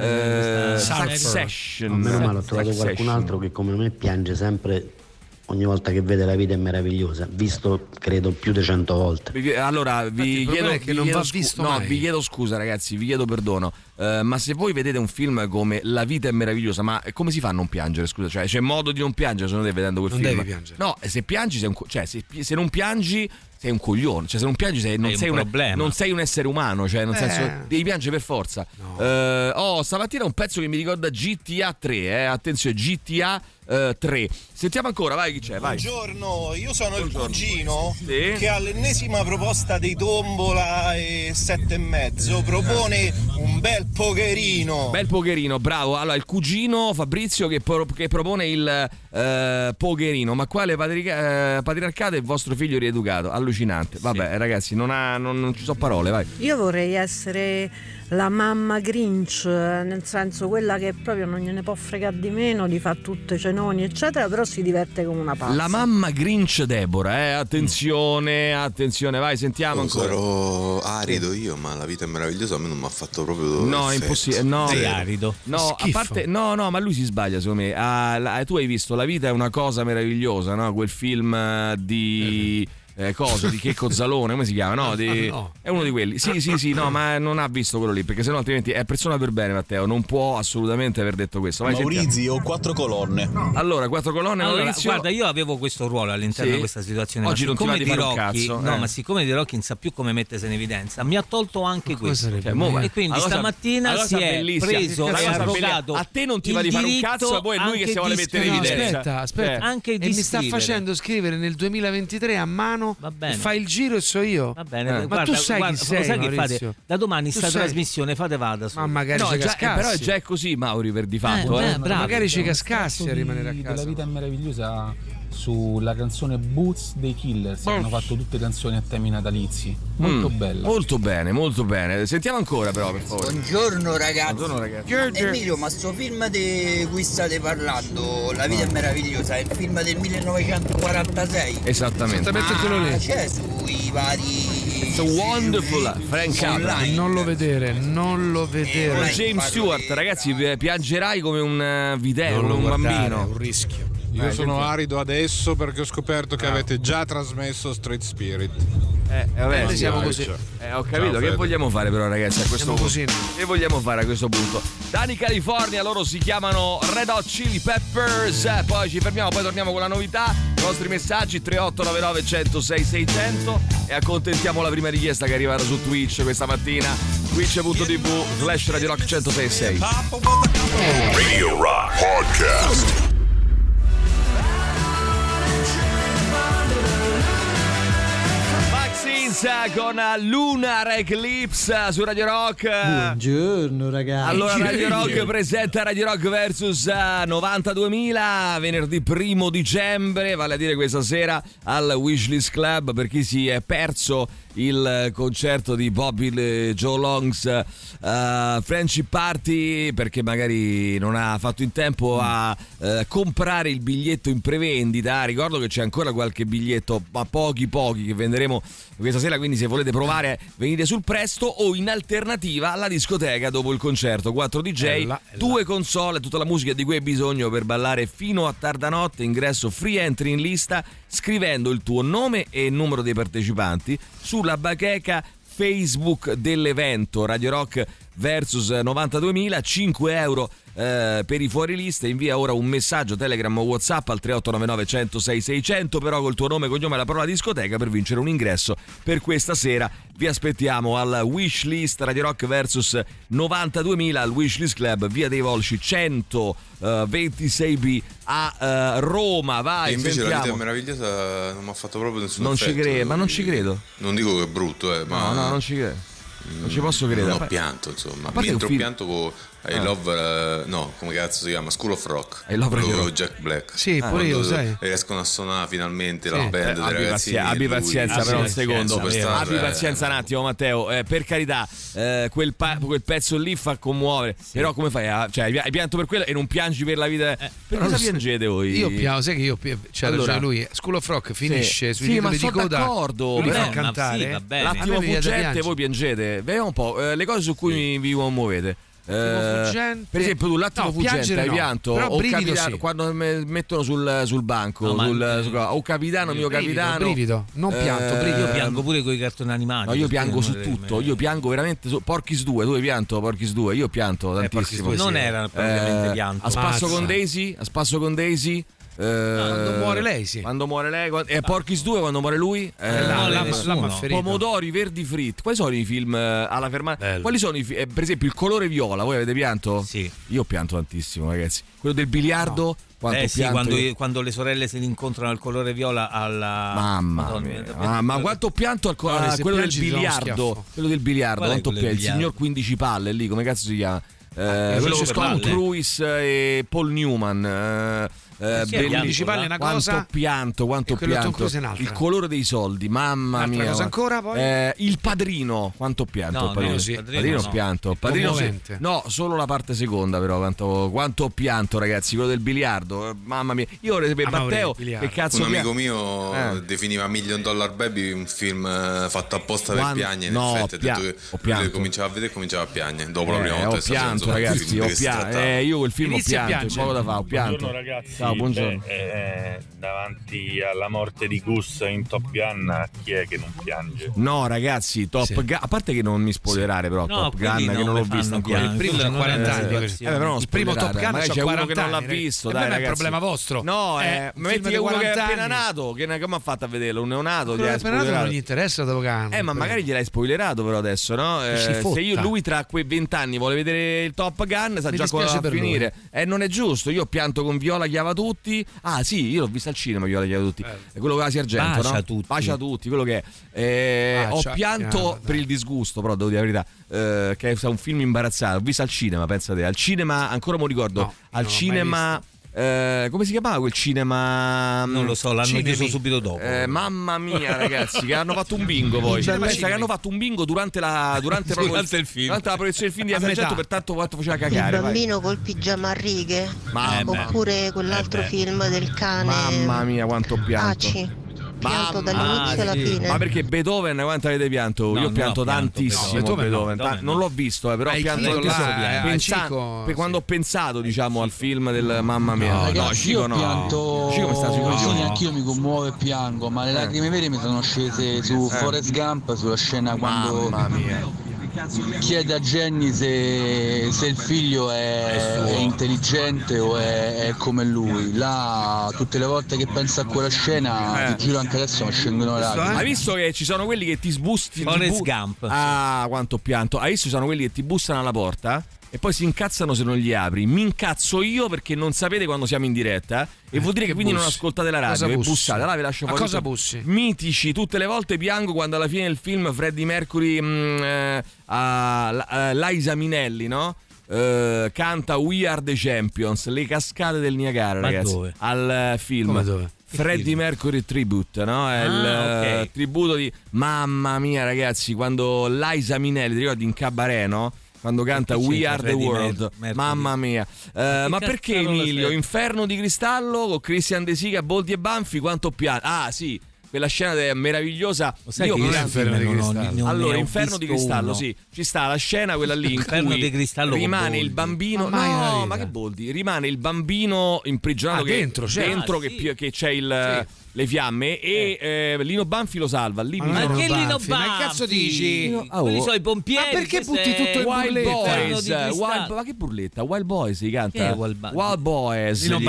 Succession. Meno male, ho trovato qualcun altro che come me piange sempre ogni volta che vede La vita è meravigliosa, visto credo più di 100 volte. Allora vi chiedo scusa ragazzi, vi chiedo perdono, ma se voi vedete un film come La vita è meravigliosa, ma come si fa a non piangere? Scusa, cioè c'è modo di non piangere se non stai vedendo quel film? Non devi piangere. No, se piangi se non piangi sei un coglione, cioè se non piangi non sei un essere umano, cioè nel senso devi piangere per forza. No. Stamattina un pezzo che mi ricorda GTA 3, attenzione, GTA 3. Sentiamo ancora, vai, chi c'è? Vai. Buongiorno, io sono il cugino che all'ennesima proposta di tombola e 7,5 propone un bel pokerino. Bel pokerino, bravo. Allora il cugino Fabrizio che propone il pokerino. Ma quale patriarcato è vostro figlio rieducato? Allucinante. allucinante. Vabbè, ragazzi, non ci sono parole, vai. Io vorrei essere la mamma Grinch, nel senso quella che proprio non gliene può fregare di meno, di fare tutte cenoni eccetera, però si diverte come una pazza. La mamma Grinch Deborah, attenzione, vai, sentiamo ancora. Sarò arido io, ma La vita è meravigliosa a me non mi ha fatto proprio no, è impossibile. No, sei arido. No, schifo. A parte no, ma lui si sbaglia secondo me. Tu hai visto La vita è una cosa meravigliosa, no? Quel film di di Checco Zalone, come si chiama? No, no, è uno di quelli. Sì, no, ma non ha visto quello lì, perché sennò altrimenti è persona per bene, Matteo. Non può assolutamente aver detto questo. Vai, Maurizio, 4 colonne. Allora, 4 colonne. Allora, Maurizio. Guarda, io avevo questo ruolo all'interno di questa situazione. Oggi non ti va di fare un Rocky, cazzo. No, ma siccome Di Rocky non sa più come mettersi in evidenza, mi ha tolto anche questo. E quindi stamattina si è preso e ha arrogato. A te non ti va di fare un cazzo, ma poi è lui che si vuole mettere in evidenza. Aspetta. Anche e mi sta facendo scrivere nel 2023 a mano. Va bene. Fa il giro e so io. Va bene, ma guarda, tu sai chi sei, sai che fate? Da domani sta trasmissione fate vada su. Ma magari ci cascassi. Però è già così, Mauri, per di fatto. Magari ci cascassi a rimanere a casa. La vita è meravigliosa sulla canzone Boots dei Killers. Hanno fatto tutte canzoni a temi natalizi. Molto bella. Molto bene. Sentiamo ancora però, per favore. Buongiorno ragazzi. Emilio, ma sto film di cui state parlando, La vita è meravigliosa, è il film del 1946. Esattamente quello lì. C'è sui vari It's a Wonderful Frank Capra. Non lo vedere. Con James Stewart, ragazzi, piangerai come un vitello, un bambino. È un rischio. Io sono arido adesso perché ho scoperto che avete già trasmesso Street Spirit. Vabbè, siamo così. Ho capito. Ciao, che vogliamo fare però, ragazzi, a questo punto? Così. Che vogliamo fare a questo punto? Dani California, loro si chiamano Red Hot Chili Peppers. Poi ci fermiamo, poi torniamo con la novità. I nostri messaggi 3899 106 600 e accontentiamo la prima richiesta che è arrivata su Twitch questa mattina. Twitch.tv/Radio Rock 106.6. Radio Rock Podcast. Con Lunar Eclipse su Radio Rock. Buongiorno ragazzi. Allora Radio Rock presenta Radio Rock vs 92.000 venerdì 1 dicembre, vale a dire questa sera al Wishlist Club. Per chi si è perso il concerto di Bobby Joe Long's Friendship Party perché magari non ha fatto in tempo a comprare il biglietto in prevendita, ricordo che c'è ancora qualche biglietto, ma pochi che venderemo questa sera, quindi se volete provare venite sul presto, o in alternativa alla discoteca dopo il concerto. 4 DJ, 2 console, tutta la musica di cui hai bisogno per ballare fino a tarda notte. Ingresso free entry in lista scrivendo il tuo nome e il numero dei partecipanti sulla bacheca Facebook dell'evento. Radio Rock versus 92.000, 5 euro per i fuorilista. Invia ora un messaggio Telegram o WhatsApp al 3899 106 600 però col tuo nome, cognome e la parola discoteca per vincere un ingresso per questa sera. Vi aspettiamo al Wishlist Radio Rock versus 92.000 al Wishlist Club, via dei Volsci 126B a Roma. Vai, e invece sentiamo. La vita è meravigliosa non mi ha fatto proprio nessun non effetto. Ci credo, ma non ci credo. Non dico che è brutto, ma no, non ci credo. Non ci posso credere. Non ho pianto, insomma. Mentre ho pianto con I Love, no, come cazzo si chiama? School of Rock. I Love Rock. Jack Black. Sì, pure io, sai. Riescono a suonare finalmente la band dei ragazzi. Abbi pazienza però un secondo. Abbi pazienza un attimo, Matteo. Per carità, quel pezzo lì fa commuovere. Però come fai? Cioè, hai pianto per quello e non piangi per la vita? Per cosa piangete voi? Io piango, sai che io c'era allora, lui. School of Rock finisce sui titoli di coda. D'accordo, lui fa cantare. L'attimo fuggente voi piangete. Vediamo un po' le cose su cui vi muovete. Per esempio tu l'attimo fuggente hai pianto o capitano, quando mettono sul banco o capitano mio capitano brivido, non pianto brivido. Io piango pure con i cartoni animati. No, io piango su tutto, io piango veramente su Porky's 2. Tu hai pianto Porky's 2? Io pianto tantissimo. Non era propriamente pianto. A spasso con Daisy quando muore lei, sì. Quando muore lei e Porky's 2 quando muore lui. Pomodori verdi fritti. Quali sono i film alla fermata? Bello. Quali sono per esempio Il colore viola? Voi avete pianto? Sì. Io ho pianto tantissimo, ragazzi. Quello del biliardo. No. Sì, quando le sorelle si rincontrano al colore viola alla mamma mia. Ma quanto ho pianto quello del biliardo. Quello del biliardo, quanto il signor 15 palle lì, come cazzo si chiama? Quello con Tom Cruise e Paul Newman. Principale è una cosa. Quanto pianto. Il colore dei soldi, mamma mia. Cosa ancora poi? Il Padrino, quanto pianto. Padrino pianto. Padrino no, solo la parte seconda però, quanto ho pianto, ragazzi, quello del biliardo, mamma mia. Io per Matteo, che cazzo. Un amico mio definiva $1 Million Baby un film fatto apposta per piangere. No, in effetti lui cominciava a vedere e cominciava a piangere dopo la prima volta. Ho pianto, ragazzi, ho pianto. Io quel film ho pianto, poco da fare, ho pianto. Buongiorno ragazzi. Ciao, buongiorno. Davanti alla morte di Gus in Top Gun, chi è che non piange? No, ragazzi, Top Gun, a parte che non mi spoilerare, però Top Gun che non l'ho visto ancora. Il primo da 40 anni. Il primo Top Gun c'è uno che non l'ha visto, dai, ragazzi. È problema vostro. No, metti uno che è appena nato, come ha fatto a vederlo? Un neonato, gli hai spoilerato. Non gli interessa Top Gun. Ma magari gliel'hai spoilerato però adesso, no? Se lui tra quei 20 anni vuole vedere il Top Gun, sa già cosa va a finire. Non è giusto. Io ho pianto con Viola Chiava Tutti. Ah sì, io l'ho vista al cinema Viola Chiava Tutti. È quello con la Sargento, no? Bacia tutti, quello che è. Ho pianto per il disgusto, però devo dire la verità, che è un film imbarazzante. Ho visto al cinema, pensate, al cinema, ancora me lo ricordo, al cinema. Come si chiamava quel cinema? Non lo so, l'hanno chiuso subito dopo. Mamma mia, ragazzi, che hanno fatto un bingo poi. Pensa che hanno fatto un bingo durante il film. Durante la proiezione del film di Sargento, per tanto quanto faceva cagare. Il bambino col pigiama a righe. Oppure quell'altro film del cane. Mamma mia, quanto pianto. Pianto dall'inizio alla fine. Ma perché Beethoven, quanto avete pianto? Io ho pianto tantissimo Beethoven. Non l'ho visto, però ho pianto quando ho pensato, diciamo, al film del mamma mia. Ragazzi, io pianto. Anch'io mi commuovo e piango, ma le lacrime vere mi sono scese su Forrest Gump, sulla scena quando chiede a Jenny se il figlio è intelligente o è come lui. Là, tutte le volte che penso a quella scena, ti giuro, anche adesso mi scendono le lacrime. Hai visto che ci sono quelli che ti sbustano? Forrest Gump. Ah, quanto pianto. Hai visto, ci sono quelli che ti bussano alla porta e poi si incazzano se non gli apri. Mi incazzo io perché non sapete quando siamo in diretta e vuol dire che quindi non ascoltate la radio e bussate. Allora vi lascio fuori. A cosa bussi? Mitici, tutte le volte piango quando alla fine del film Freddie Mercury Liza Minnelli, no? Canta We Are the Champions, le cascate del Niagara, ragazzi. Dove? Al film. Come dove? Freddie Mercury Tribute, no? È il tributo di. Mamma mia, ragazzi, quando Liza Minnelli, ti ricordi in Cabaret, no? Quando canta We Are the World, mamma mia. Ma perché Emilio? Inferno di cristallo con Christian De Sica, Boldi e Banfi, quanto pianto? Ah sì, quella scena è meravigliosa. Io Inferno di Cristallo. Allora, Inferno di Cristallo, sì, ci sta la scena quella lì in cui rimane il bambino. No, ma che Boldi? Rimane il bambino imprigionato dentro che c'è il le fiamme e Lino Banfi lo salva. Ma che Lino Banfi? Ma che cazzo dici? Quelli sono i pompieri. Ma perché butti tutto in Wild Boys? Ma che burletta? Wild Boys si canta. Wild Boys. Lino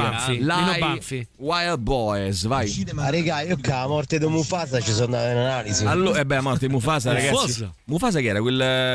Banfi. Wild Boys, vai. Ma raga, io che la morte di Mufasa ci sono andato in analisi. Allora, la morte di Mufasa, ragazzi. Mufasa che era quel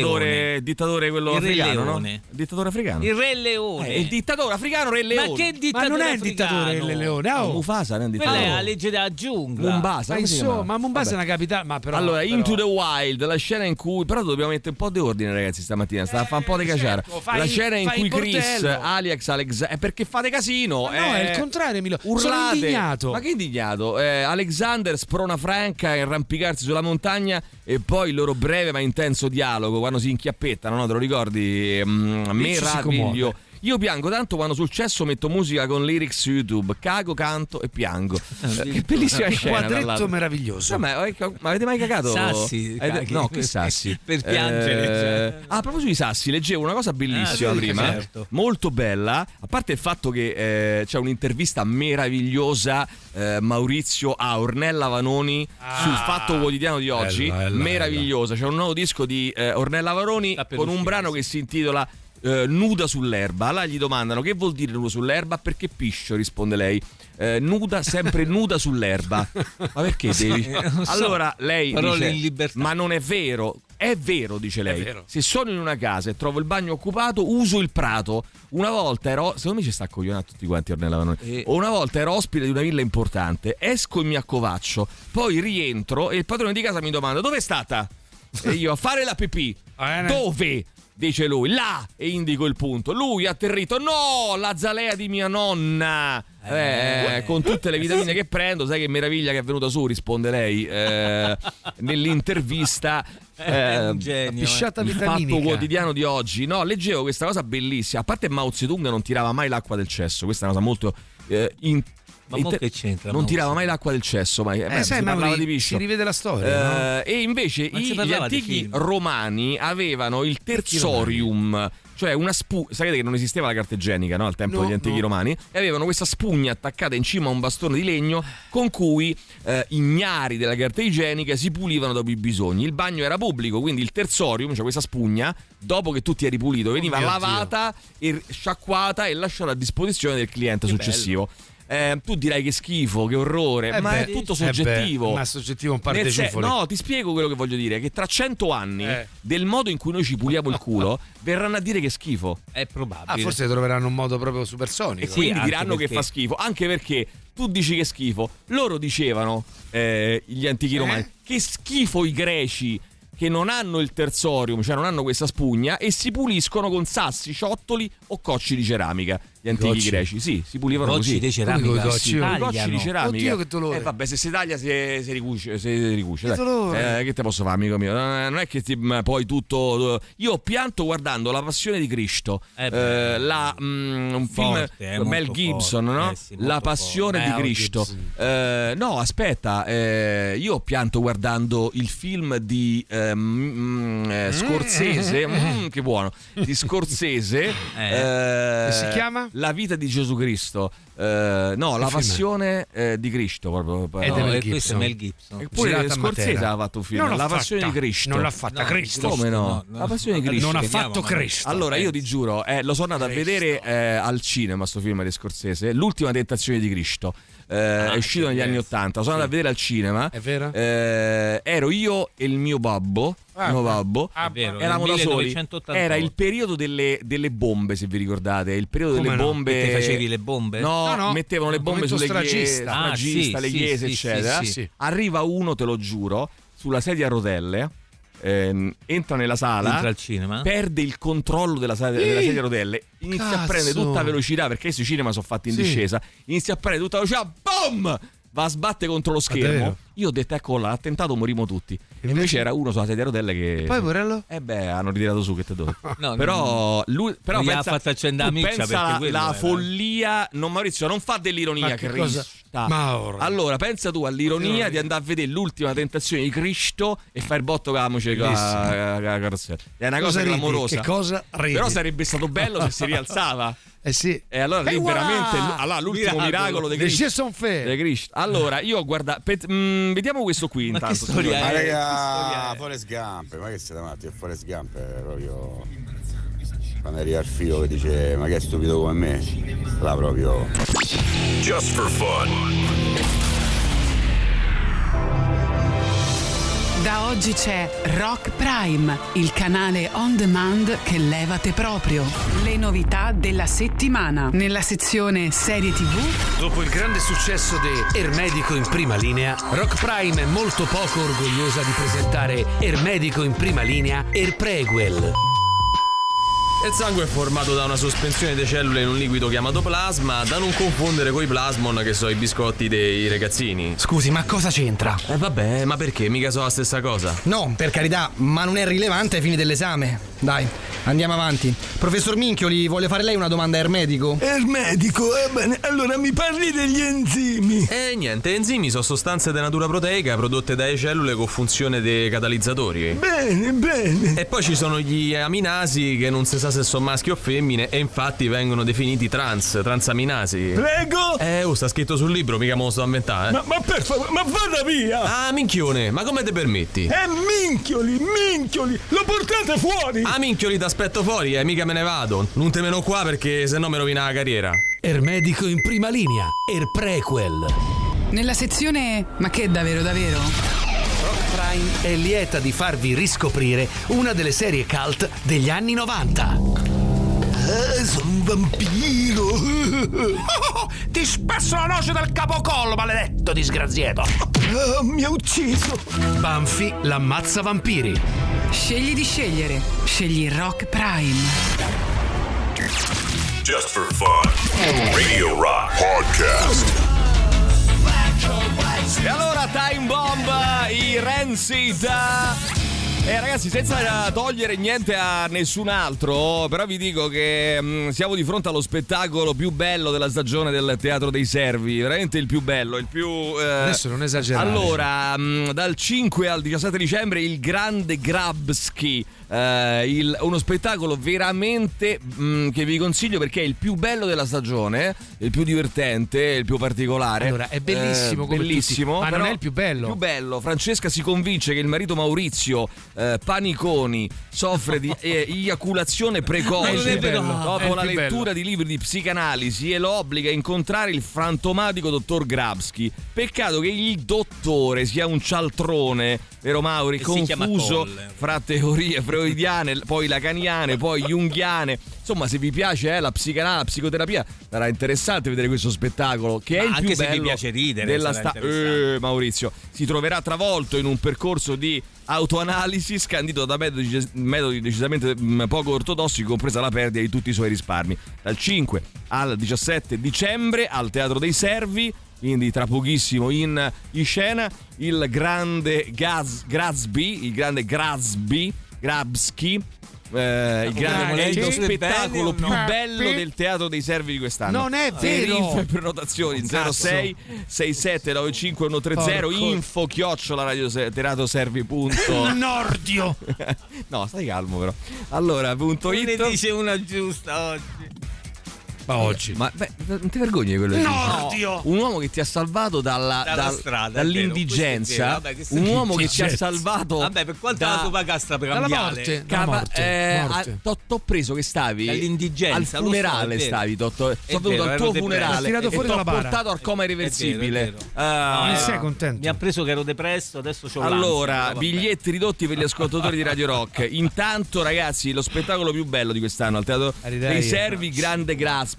dittatore quello africano, no? Il dittatore africano. Il Re Leone. Il dittatore africano Re Leone. Ma che dittatore? Ma non è il dittatore Re Leone. Mufasa non è il dittatore. La legge della giungla. Mombasa, ma Mombasa è una capitale. Ma però, allora, Into the Wild, la scena in cui. Però dobbiamo mettere un po' di ordine, ragazzi, stamattina. Sta a fare un po' di caciara. La scena in cui Chris, Alex, è perché fate casino. No, è il contrario, Milo. Urlate. Sono indignato. Ma che indignato? Alexander sprona Franca a arrampicarsi sulla montagna e poi il loro breve ma intenso dialogo quando si inchiappettano, no? Te lo ricordi? Meraviglioso. Io piango tanto quando sul cesso metto musica con lyrics su YouTube. Cago, canto e piango. Che bellissima scena. Quadretto meraviglioso. Ma avete mai cagato? Sassi. No, che sassi? Per piangere. Proprio sui sassi, leggevo una cosa bellissima prima. Certo. Molto bella. A parte il fatto che c'è un'intervista meravigliosa Maurizio a Ornella Vanoni sul Fatto Quotidiano di oggi. Meravigliosa. C'è un nuovo disco di Ornella Vanoni con un brano che si intitola nuda sull'erba. Allora gli domandano che vuol dire nuda sull'erba, perché piscio, risponde lei. Nuda, sempre nuda sull'erba. Ma perché devi? Allora lei dice, ma non è vero. È vero, dice lei. Se sono in una casa e trovo il bagno occupato, uso il prato. Una volta ero, secondo me ci sta coglionato tutti quanti Ornella Vanoni. Una volta ero ospite di una villa importante, esco e mi accovaccio, poi rientro e il padrone di casa mi domanda: dove è stata? E io: a fare la pipì. Dove? Dice lui, là, e indico il punto. Lui atterrito: no, la zalea di mia nonna. Con tutte le vitamine che prendo, sai che meraviglia che è venuta su, risponde lei nell'intervista. Un genio, il Fatto Quotidiano di oggi. No, leggevo questa cosa bellissima. A parte Mao Zedong non tirava mai l'acqua del cesso, questa è una cosa molto ma che c'entra? Non tirava mai l'acqua del cesso, ma si parlava di piscio. Si rivede la storia. No? E invece gli antichi romani avevano il terzorium, cioè una sapete che non esisteva la carta igienica, no? Al tempo degli antichi romani, e avevano questa spugna attaccata in cima a un bastone di legno con cui ignari della carta igienica si pulivano dopo i bisogni. Il bagno era pubblico, quindi il terzorium, cioè questa spugna, dopo che tu ti eri pulito, veniva lavata e sciacquata e lasciata a disposizione del cliente successivo. Tu dirai che schifo, che orrore, ma è tutto soggettivo. Ma è soggettivo un par de ciuffoli. No, ti spiego quello che voglio dire, che tra 100 anni del modo in cui noi ci puliamo il culo verranno a dire che schifo. È probabile. Forse troveranno un modo proprio supersonico. E quindi diranno che fa schifo, anche perché tu dici che schifo. Loro dicevano, gli antichi romani, che schifo i greci, che non hanno il terzorium, cioè non hanno questa spugna, e si puliscono con sassi, ciottoli o cocci di ceramica. Gli antichi greci, sì, si pulivano così. Cocci di ceramica, cocci di ceramica. Oddio, che dolore. Vabbè, se si taglia si ricuce. Che te posso fare, amico mio? Non è che poi tutto. Io ho pianto guardando La Passione di Cristo, un forte, film Mel Gibson, no? Sì, La Passione di Cristo. No, aspetta, io ho pianto guardando il film di Scorsese, che buono, di Scorsese. Si chiama? La vita di Gesù Cristo. La Passione di Cristo proprio. Questo è Mel Gibson. Eppure Scorsese aveva fatto un film, La Passione di Cristo. Non l'ha fatta Cristo. Come no? La Passione di Cristo. Non ha fatto Cristo. Allora io ti giuro, lo sono andato a vedere al cinema sto film di Scorsese, L'ultima tentazione di Cristo. È uscito negli anni '80. Sono andato a vedere al cinema. È vero? Ero io e il mio babbo. Eravamo da soli. Era il periodo delle bombe, se vi ricordate. Il periodo delle bombe. Te facevi le bombe? No, mettevano le bombe sulle stragista, le chiese, eccetera. Sì. Arriva uno, te lo giuro, sulla sedia a rotelle. Entra nella sala, entra al cinema, perde il controllo della sedia a rotelle, inizia a prendere tutta velocità, perché questi cinema sono fatti in discesa, inizia a prendere tutta velocità, boom! Va a sbattere contro lo schermo. Io ho detto, ecco là, attentato, morimo tutti. E invece era uno sulla sedia a rotelle che. Poi Morello? Hanno ritirato su, che te do. Però lui pensa, ha fatto accendere la miccia, perché la follia. Non, Maurizio, non fa dell'ironia, che Cristo. Allora, pensa tu all'ironia di andare a vedere L'ultima tentazione di Cristo e fare il botto con la carrozzella. È una cosa clamorosa. Che cosa ridi? Però sarebbe stato bello se si rialzava. Sì. E allora lì veramente l'ultimo miracolo di Cristo. Allora, io guarda, vediamo questo qui intanto. Ma che storia è? Ma raga, Forrest Gump, ma che siete matti? Forrest Gump è proprio, quando arriva il filo che dice ma che è stupido come me, là proprio. Just for fun. Da oggi c'è Rock Prime, il canale on demand che levate proprio. Le novità della settimana. Nella sezione serie TV. Dopo il grande successo di Ermedico in prima linea, Rock Prime è molto poco orgogliosa di presentare Ermedico in prima linea Erprequel. Il sangue è formato da una sospensione di cellule in un liquido chiamato plasma, da non confondere coi plasmon, che sono i biscotti dei ragazzini. Scusi, ma cosa c'entra? Vabbè, ma perché? Mica so la stessa cosa. No, per carità, ma non è rilevante ai fini dell'esame. Dai, andiamo avanti. Professor Minchioli, vuole fare lei una domanda a Ermedico? Ermedico? Bene, allora mi parli degli enzimi. Niente, enzimi sono sostanze di natura proteica prodotte dalle cellule con funzione dei catalizzatori. Bene. E poi ci sono gli aminasi, che non si sa se sono maschi o femmine, e infatti vengono definiti transaminasi. Prego? Sta scritto sul libro, mica me lo sto a inventare. Ma per favore, ma vada via! Ah, minchione, ma come te permetti? Minchioli, lo portate fuori! Ah, Minchioli, t'aspetto fuori, mica me ne vado. Non te meno qua, perché sennò me rovina la carriera. Ermedico in prima linea, Erprequel. Nella sezione ma che davvero? Rock Prime è lieta di farvi riscoprire una delle serie cult degli anni 90. Sono un vampiro. Ti spesso la noce dal capocollo, maledetto disgraziato. Mi ha ucciso. Buffy l'ammazza vampiri. Scegli di scegliere. Scegli Rock Prime. Just for fun. Radio Rock Podcast. E allora Time Bomb, i Rancid. Ragazzi, senza togliere niente a nessun altro, però vi dico che siamo di fronte allo spettacolo più bello della stagione del Teatro dei Servi, veramente il più bello, il più... Adesso non esagerare. Allora, dal 5 al 17 dicembre il Grande Grabski, uno spettacolo veramente che vi consiglio perché è il più bello della stagione, il più divertente, il più particolare. Allora, è bellissimo come bellissimo, tutti, ma non è il più bello. Più bello. Francesca si convince che il marito Maurizio Paniconi soffre di eiaculazione precoce dopo la lettura di libri di psicanalisi e lo obbliga a incontrare il fantomatico dottor Grabski. Peccato che il dottore sia un cialtrone, vero Mauri, confuso fra teorie freudiane, poi lacaniane, poi junghiane. Insomma, se vi piace la psicanalisi, la psicoterapia, sarà interessante vedere questo spettolo che è il più bello. Anche se vi piace ridere della Maurizio si troverà travolto in un percorso di autoanalisi scandito da metodi decisamente poco ortodossi, compresa la perdita di tutti i suoi risparmi. Dal 5 al 17 dicembre al Teatro dei Servi, quindi tra pochissimo in scena, il grande Grabski, è lo spettacolo più bello del Teatro dei Servi di quest'anno. Non è vero. Info e prenotazioni 06 67 95 130 info@radioteatroservi. Nordio. No, stai calmo però. Allora, punto ne it. dice una giusta oggi. Ma non ti vergogni di quello che dici? No. Un uomo che ti ha salvato dalla strada, dall'indigenza, un uomo che ti ha salvato. Vabbè, per quanto la tua paga per cambiare? Morte. T'ho preso che stavi dall'indigenza al funerale, stavi sono venuto al tuo funerale e t'ho portato al coma irreversibile. Non sei contento? Mi ha preso che ero depresso, adesso c'ho allora biglietti ridotti per gli ascoltatori di Radio Rock. Intanto ragazzi, lo spettacolo più bello di quest'anno al Teatro dei Servi, Grande Graspi.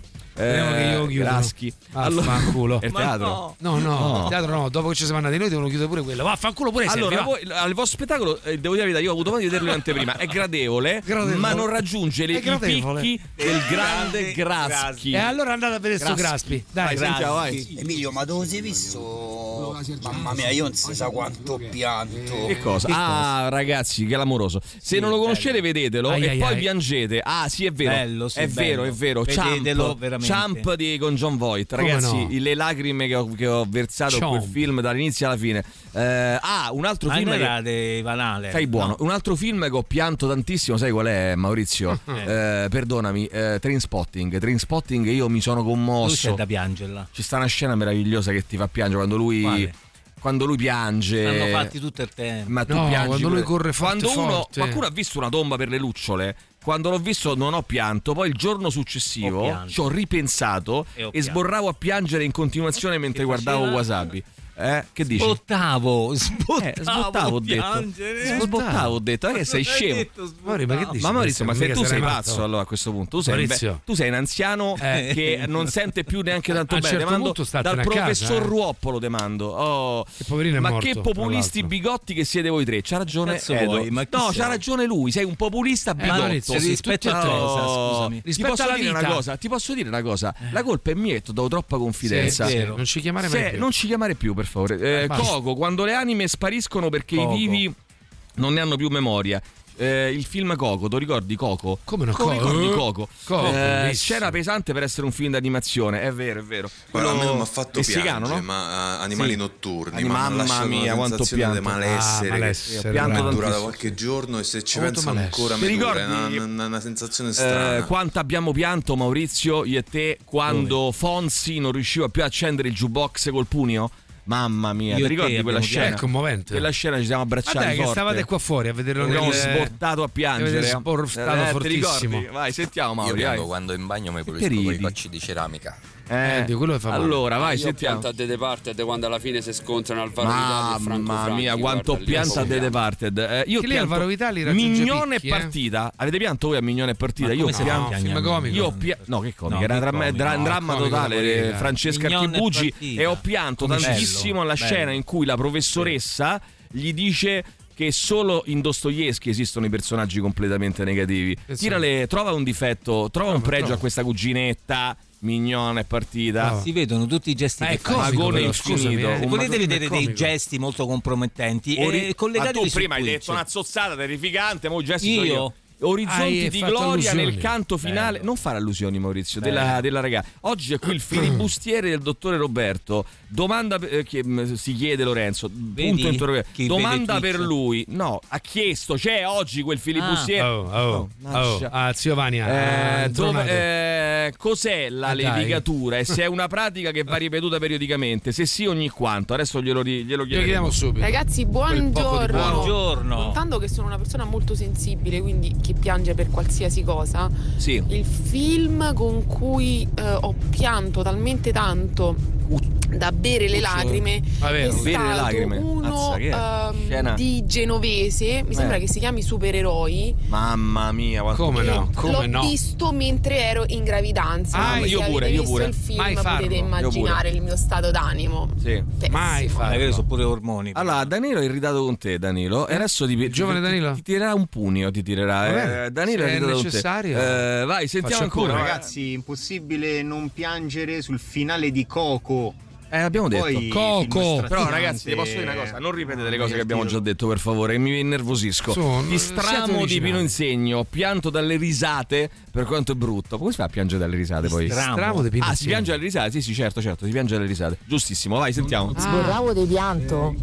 Graschi. Vaffanculo. Il teatro? No. Teatro no. Dopo che ci siamo andati noi devono chiudere pure quello. Vaffanculo pure. Allora, voi, al vostro spettacolo, devo dire la verità, io ho avuto modo di vederlo in anteprima. È gradevole, ma non raggiunge i picchi del Grande Graschi. E allora andate a vedere sto Graspi. Dai, sentiamo, vai. Emilio, ma dove sei visto? Mamma mia, io non si sa quanto ho pianto. Che cosa? Ragazzi, che l'amoroso. Se non lo conoscete, vedetelo e poi piangete. Sì, è vero. Bello, sì, è vero. Vedetelo veramente. Champ con John Voight, ragazzi, le lacrime che ho versato a quel film dall'inizio alla fine. Un altro film era di Vanale. Fai buono. Un altro film che ho pianto tantissimo, sai qual è, Maurizio? Perdonami, Trainspotting, io mi sono commosso. C'è da piangerla. Ci sta una scena meravigliosa che ti fa piangere quando lui piange. Hanno fatti tutto il tempo. Ma tu piangi quando lui corre forte. Qualcuno ha visto una tomba per le lucciole. Quando l'ho visto non ho pianto, poi il giorno successivo ci ho ripensato e sborravo a piangere in continuazione mentre guardavo Wasabi. Che dici? Sbottavo, ho detto. Che sei scemo? Ma che dici? Ma Maurizio, ma se tu sei pazzo allora a questo punto, tu sei un anziano che non sente più neanche tanto bene. Certo dal professor Ruoppolo te mando. Ma che populisti bigotti che siete voi tre. C'ha ragione Edo. No, c'ha ragione lui, sei un populista bigotto. Rispetto a cosa, scusami. Ti posso dire una cosa? La colpa è mia che ti do troppa confidenza. Non ci chiamare mai più. Non ci chiamare più, per favore. Coco, quando le anime spariscono perché i vivi non ne hanno più memoria. Il film Coco, tu ricordi Coco? Come no? Ricordi Coco? Scena pesante per essere un film d'animazione, è vero. Quello a me non mi ha fatto messicano, piangere, no? ma Animali notturni. Mamma mia, quanto pianto. Di malessere. Pianto è durata qualche giorno e se ci penso ancora mi dura, una sensazione strana. Quanto abbiamo pianto, Maurizio, io e te, quando Fonzi non riusciva più a accendere il jukebox col pugno? Mamma mia, ti ricordi quella scena? È commovente. Quella scena ci siamo abbracciati forte. Che stavate qua fuori a vederlo. Abbiamo sbortato a piangere. Sbortato fortissimo. Vai, sentiamo Mauri. Io piango quando in bagno mi pulisco con i cocci di ceramica. Quello fa allora, vai, sentiamo. Io pianto a The Departed quando alla fine si scontrano Alvaro Vitali e Franco Franchi. Mamma mia, quanto pianto a The Departed. Io pianto Alvaro Vitali Mignone e Partita. Avete pianto voi a Mignone e Partita? Io pianto. No, che comico, era un dramma totale. Francesca Archibugi, e ho pianto tantissimo alla scena in cui la professoressa gli dice che solo in Dostoevsky esistono i personaggi completamente negativi. Trova un difetto, trova un pregio a questa cuginetta mignona è partita. Si vedono tutti i gesti che fa. Magone infinito. Volete vedere dei gesti molto compromettenti e collegatevi su prima hai detto una zozzata terrificante, mo gesti io. Orizzonti di gloria nel canto finale. Non fare allusioni, Maurizio, della ragazza. Oggi è qui il filibustiere del dottore Roberto. Domanda si chiede Lorenzo. Punto interrogativo. Domanda per lui. No, ha chiesto. C'è oggi quel filibustiere. Zio Vania. Cos'è la levigatura e se è una pratica che va ripetuta periodicamente? Se sì, ogni quanto? Adesso glielo chiediamo subito. Ragazzi, buongiorno. Buongiorno. Contando che sono una persona molto sensibile, quindi che piange per qualsiasi cosa. Sì. Il film con cui ho pianto talmente tanto da bere le lacrime è stato uno di Genovese, mi sembra che si chiami Supereroi. Mamma mia, l'ho visto mentre ero in gravidanza. Io pure il film potete immaginare il mio stato d'animo. Sì. Mai farlo. Sono pure ormoni. Allora, Danilo è irritato con te, Danilo. E adesso giovane Danilo ti tirerà un pugno, Danilo è irritato necessario. Con te. Vai, sentiamo ancora. Ragazzi, impossibile non piangere sul finale di Coco. Abbiamo detto Coco. Però ragazzi, ti posso dire una cosa, non ripete le cose che abbiamo già detto, per favore, mi innervosisco. Ti stramo di Pino Insegno, pianto dalle risate, per quanto è brutto. Come si fa a piangere dalle risate poi? Stramo di Pino Insegno. Si piange dalle risate? Sì, certo, si piange dalle risate. Giustissimo, vai, sentiamo. Sborravo di pianto.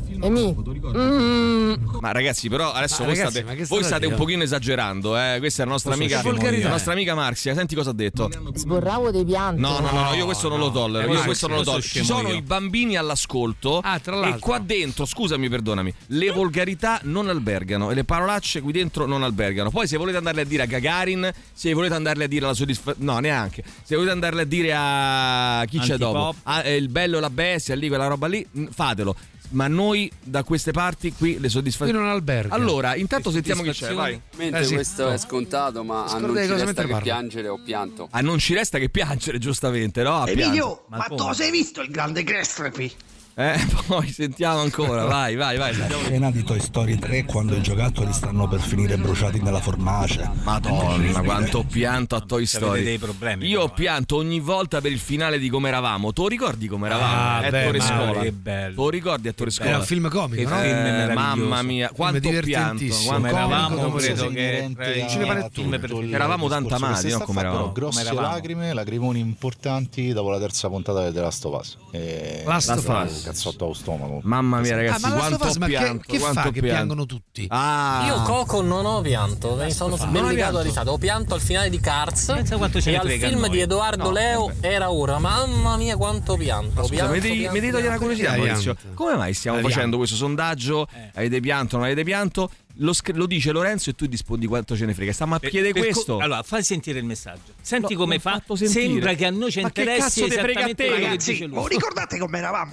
Ma ragazzi, però adesso voi state un pochino esagerando, Questa è la nostra amica Marzia, senti cosa ha detto. Sborravo di pianto. No, io questo non lo tollero. Ci sono i bambini all'ascolto e qua dentro, scusami, perdonami, le volgarità non albergano e le parolacce qui dentro non albergano. Poi se volete andarle a dire a Gagarin, se volete andarle a dire alla no, neanche. Se volete andarle a dire a chi c'è dopo, il bello e la bestia, lì quella roba lì, fatelo. Ma noi da queste parti qui le soddisfazioni non alberga. Allora, intanto sentiamo chi c'è, vai. Questo è scontato, ma non ci resta che piangere o pianto. Non ci resta che piangere, giustamente, no? Emilio, ma tu hai visto il grande Crespi? Poi sentiamo ancora, vai. La scena di Toy Story 3 quando i giocattoli stanno per finire bruciati nella fornace. Madonna, quanto ho pianto a Toy Story. Dei problemi, io ho pianto ogni volta per il finale di Come eravamo. Tu ricordi Come eravamo? Ettore Scola. Che bello. Tu ricordi Ettore Scola? Era un film comico, no? Mamma mia, quanto ho pianto. Come eravamo, credo che eravamo tanto amati, no? Come eravamo. Grosse lacrimoni importanti dopo la terza puntata di The Last of Us. Last of Us. Cazzotto allo stomaco. Mamma mia, ragazzi, quanto ho pianto. Che fa che piangono tutti? Io Coco non ho pianto, mi sono sbellicato a risate. Ho pianto al finale di Cars e al film di Edoardo Leo Era ora. Mamma mia, quanto pianto. Mi devi togliere la curiosità, Maurizio. Come mai stiamo facendo questo sondaggio? Avete pianto, non avete pianto? Lo dice Lorenzo e tu rispondi quanto ce ne frega. Stiamo a piede questo. Allora, fai sentire il messaggio. Senti come fa. Sembra che a noi ci interessi esattamente quello che dice lui. Ricordate come eravamo?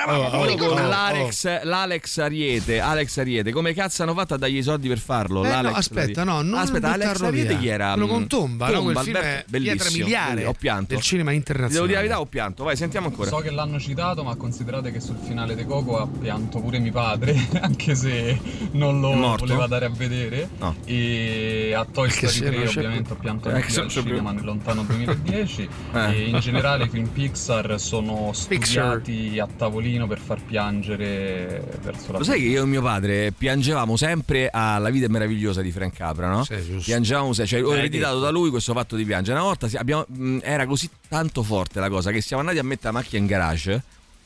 L'Alex Ariete. Come cazzo hanno fatto a dargli i soldi per farlo? Alex Ariete chi era? Quello con Tomba, no? Quel film è pietra miliare. Ho pianto. Del cinema internazionale. Devo dire la verità, ho pianto. Vai, sentiamo ancora. So che l'hanno citato, ma considerate che sul finale di Coco ha pianto pure mio padre, anche se non lo voleva dare a vedere. No. E a Toy Story 3 ovviamente ho pianto anche al cinema nel lontano 2010 e in generale i film Pixar sono studiati a tavolino per far piangere verso la. Lo sai che io e mio padre piangevamo sempre alla vita meravigliosa di Frank Capra, no? Sì, piangevamo, cioè ho ereditato da lui questo fatto di piangere. Una volta era così tanto forte la cosa che siamo andati a mettere la macchina in garage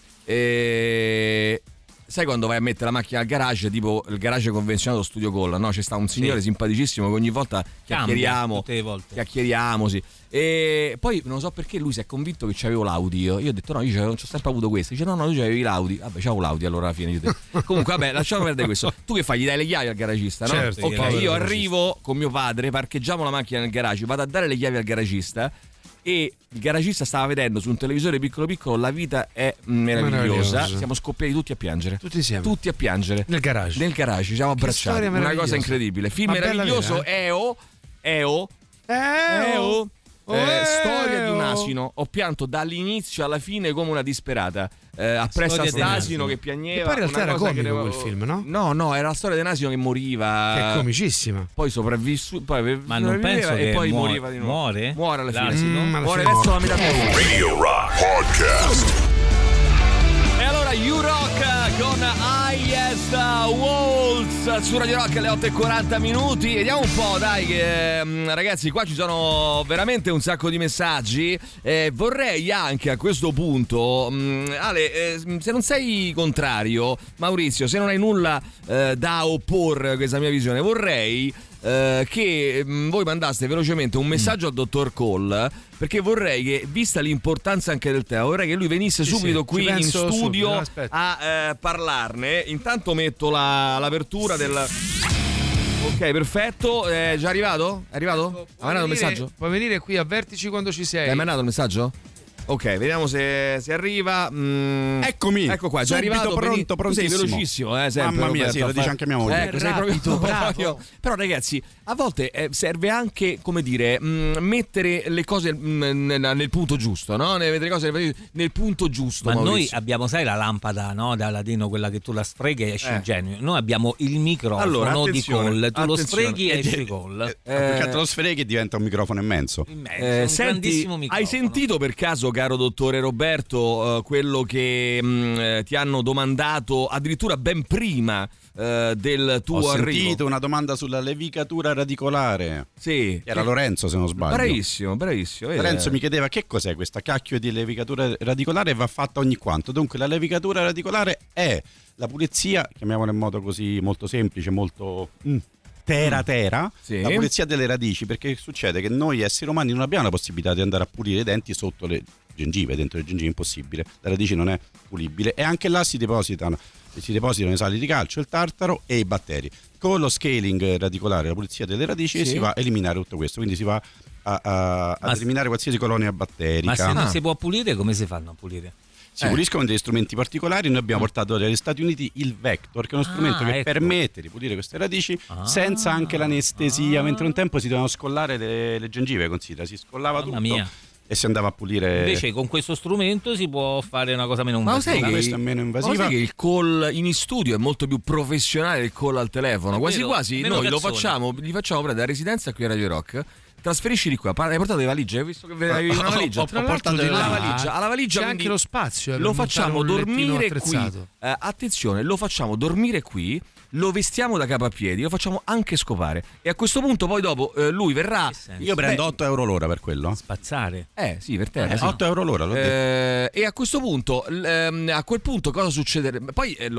e sai quando vai a mettere la macchina al garage, tipo il garage convenzionato Studio Call, no? C'è sta un signore simpaticissimo che ogni volta chiacchieriamo, sì. E poi non so perché lui si è convinto che c'avevo l'Audi. Io ho detto no, io non c'ho sempre avuto questo. Dice no, tu c'avevi l'Audi. Vabbè, c'avevo l'Audi allora alla fine. Comunque vabbè, lasciamo perdere questo. Tu che fai? Gli dai le chiavi al garagista, no? Certo, ok, io arrivo con mio padre, parcheggiamo la macchina nel garage, vado a dare le chiavi al garagista e il garagista stava vedendo su un televisore piccolo La vita è meravigliosa. Siamo scoppiati tutti a piangere. Tutti insieme. Tutti a piangere. Nel garage ci siamo abbracciati. Una cosa incredibile. Film meraviglioso. EO Storia di un asino. Ho pianto dall'inizio alla fine come una disperata. Appresso a st'asino che piagneva. E poi in realtà era comico quel film, no? No, era la storia di un asino che moriva. Che è comicissima. Poi sopravvissuto. Ma non penso che e poi moriva di nuovo. Muore alla fine. Muore verso la metà. Radio Rock Podcast. E allora U-Rock con Highest Walls su Radio Rock alle 8:40. Vediamo un po', dai, che ragazzi, qua ci sono veramente un sacco di messaggi. Vorrei anche a questo punto, Ale, se non sei contrario, Maurizio, se non hai nulla da opporre a questa mia visione, vorrei che voi mandaste velocemente un messaggio al dottor Cole, perché vorrei che, vista l'importanza anche del tema, vorrei che lui venisse subito qui in studio a parlarne. Intanto metto l'apertura del... Ok, perfetto. È già arrivato? È arrivato? Ha mandato un messaggio? Puoi venire qui a Vertici quando ci sei. Hai mandato il messaggio? Ok, vediamo se arriva. Eccomi. Ecco qua, già arrivato. Pronto, prontissimo. Sei velocissimo, sempre. Mamma mia, sì, lo dice anche mia moglie. Rapido, bravo. Però ragazzi, a volte serve anche, come dire, mettere le cose nel punto giusto, no? Mettere le cose nel punto giusto. Ma Maurizio. noi abbiamo, sai, la lampada, no? Da Ladino, quella che tu la sfreghi e esci ingenuo. Noi abbiamo il microfono di Cole. Tu lo sfreghi e esci Cole. Perché te lo sfreghi e diventa un microfono immenso. Senti, hai sentito per caso, caro dottore Roberto, quello che ti hanno domandato addirittura ben prima del tuo arrivo? Ho sentito una domanda sulla levigatura radicolare. Sì. Era Lorenzo, se non sbaglio. Bravissimo. Lorenzo mi chiedeva che cos'è questa cacchio di levigatura radicolare e va fatta ogni quanto. Dunque la levigatura radicolare è la pulizia, chiamiamola in modo così molto semplice, molto... Terra, sì. La pulizia delle radici, perché succede che noi esseri umani non abbiamo la possibilità di andare a pulire i denti sotto le gengive, dentro le gengive è impossibile, la radice non è pulibile e anche là si depositano i sali di calcio, il tartaro e i batteri. Con lo scaling radicolare, la pulizia delle radici, si va a eliminare tutto questo, quindi si va ad eliminare qualsiasi colonia batterica. Ma se non si può pulire, come si fanno a pulire? Si puliscono degli strumenti particolari. Noi abbiamo portato dagli Stati Uniti il Vector, che è uno strumento che permette di pulire queste radici senza anche l'anestesia, mentre un tempo si dovevano scollare le gengive, considera, si scollava tutto e si andava a pulire. Invece con questo strumento si può fare una cosa meno invasiva. Ma questo è meno invasiva. Ma sai che il call in studio è molto più professionale del call al telefono? Quasi noi lo facciamo, gli facciamo prendere la residenza qui a Radio Rock. Trasferisci di qua, hai portato le valigie? Hai visto che avevi una valigia? Ho portato la valigia. Alla valigia c'è anche lo spazio. Lo facciamo dormire qui. Attenzione, lo facciamo dormire qui. Lo vestiamo da capo a piedi, lo facciamo anche scopare. E a questo punto, poi dopo lui verrà. Io prendo 8 euro l'ora per quello. Spazzare. Sì, per te. 8 euro l'ora, l'ho detto. E a questo punto, a quel punto, cosa succede? Poi lo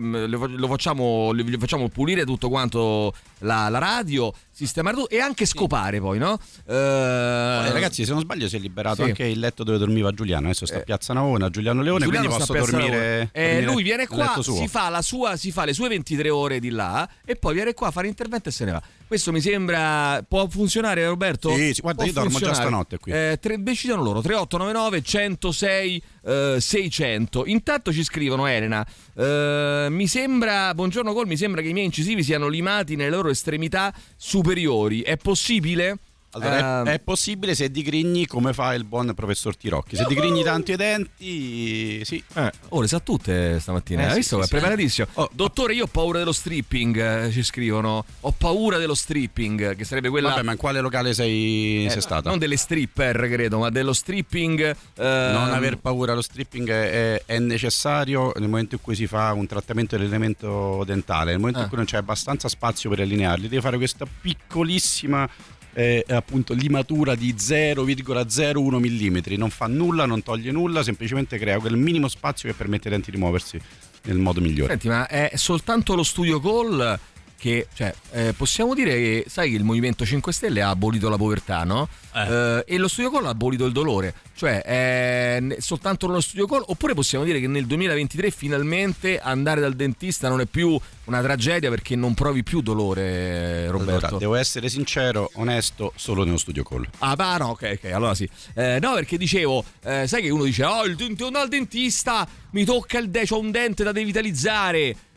facciamo pulire tutto quanto la radio, sistemare tutto e anche scopare, poi, no? Ragazzi, se non sbaglio, si è liberato anche il letto dove dormiva Giuliano. Adesso sta a Piazza Navona, Giuliano Leone, quindi posso dormire. Lui viene qua, si fa le sue 23 ore di là e poi viene qua a fare intervento e se ne va. Questo mi sembra può funzionare, Roberto? Sì, guarda, io dormo già stanotte qui. Decidono loro 3899 106 600. Intanto ci scrivono Elena, mi sembra, buongiorno Col, mi sembra che i miei incisivi siano limati nelle loro estremità superiori. È possibile? Allora, è possibile se digrigni come fa il buon professor Tirocchi. Se digrigni tanto i denti, sì. Le sa tutte stamattina. Hai visto? È preparatissimo. Dottore, io ho paura dello stripping, ci scrivono. Ho paura dello stripping, che sarebbe quella. Vabbè, ma in quale locale sei stata? Non delle stripper, credo, ma dello stripping. Non aver paura, lo stripping è necessario nel momento in cui si fa un trattamento dell'elemento dentale. Nel momento in cui non c'è abbastanza spazio per allinearli, devi fare questa piccolissima appunto limatura di 0,01 mm. Non fa nulla, non toglie nulla, semplicemente crea quel minimo spazio che permette ai denti di muoversi nel modo migliore. Senti, ma è soltanto lo Studio Call che, possiamo dire che, sai, che il Movimento 5 Stelle ha abolito la povertà, no? E lo Studio Call ha abolito il dolore, cioè soltanto lo Studio Call, oppure possiamo dire che nel 2023 finalmente andare dal dentista non è più una tragedia perché non provi più dolore, Roberto? Allora, devo essere sincero, onesto, solo nello Studio Call. No, ok, allora sì. No, perché dicevo, sai che uno dice, il dentista mi tocca c'ho un dente da devitalizzare.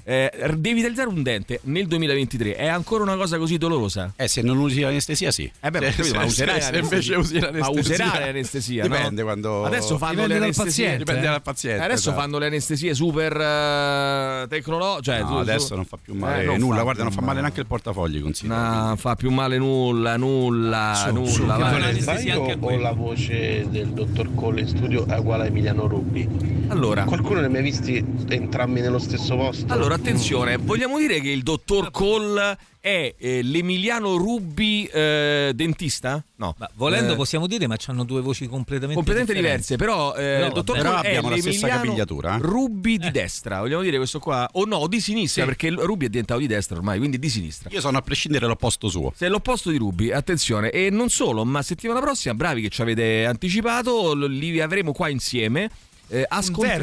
devi tagliare un dente nel 2023, è ancora una cosa così dolorosa? Se non usi l'anestesia sì. Ma userai se invece usi l'anestesia. Ma userai l'anestesia, dipende, no? quando adesso fanno le anestesie, dipende dal paziente. Adesso fanno le anestesie super tecnologiche, no, adesso non fa più male nulla, guarda, non fa male neanche il portafogli, considera. No, fa più male nulla. O la voce del dottor Cole in studio è uguale a Emiliano Rubbi? Allora, qualcuno ne ha mai visti entrambi nello stesso posto? Allora, attenzione, vogliamo dire che il dottor Cole è l'Emiliano Rubbi dentista? No. Ma volendo possiamo dire, ma hanno due voci completamente diverse. Però il dottor Cole è l'Emiliano Rubbi di destra. Vogliamo dire questo qua? O no, di sinistra, perché Rubbi è diventato di destra ormai, quindi di sinistra. Io sono a prescindere l'opposto suo. Se è l'opposto di Rubbi, attenzione. E non solo, ma settimana prossima, bravi che ci avete anticipato, li avremo qua insieme. A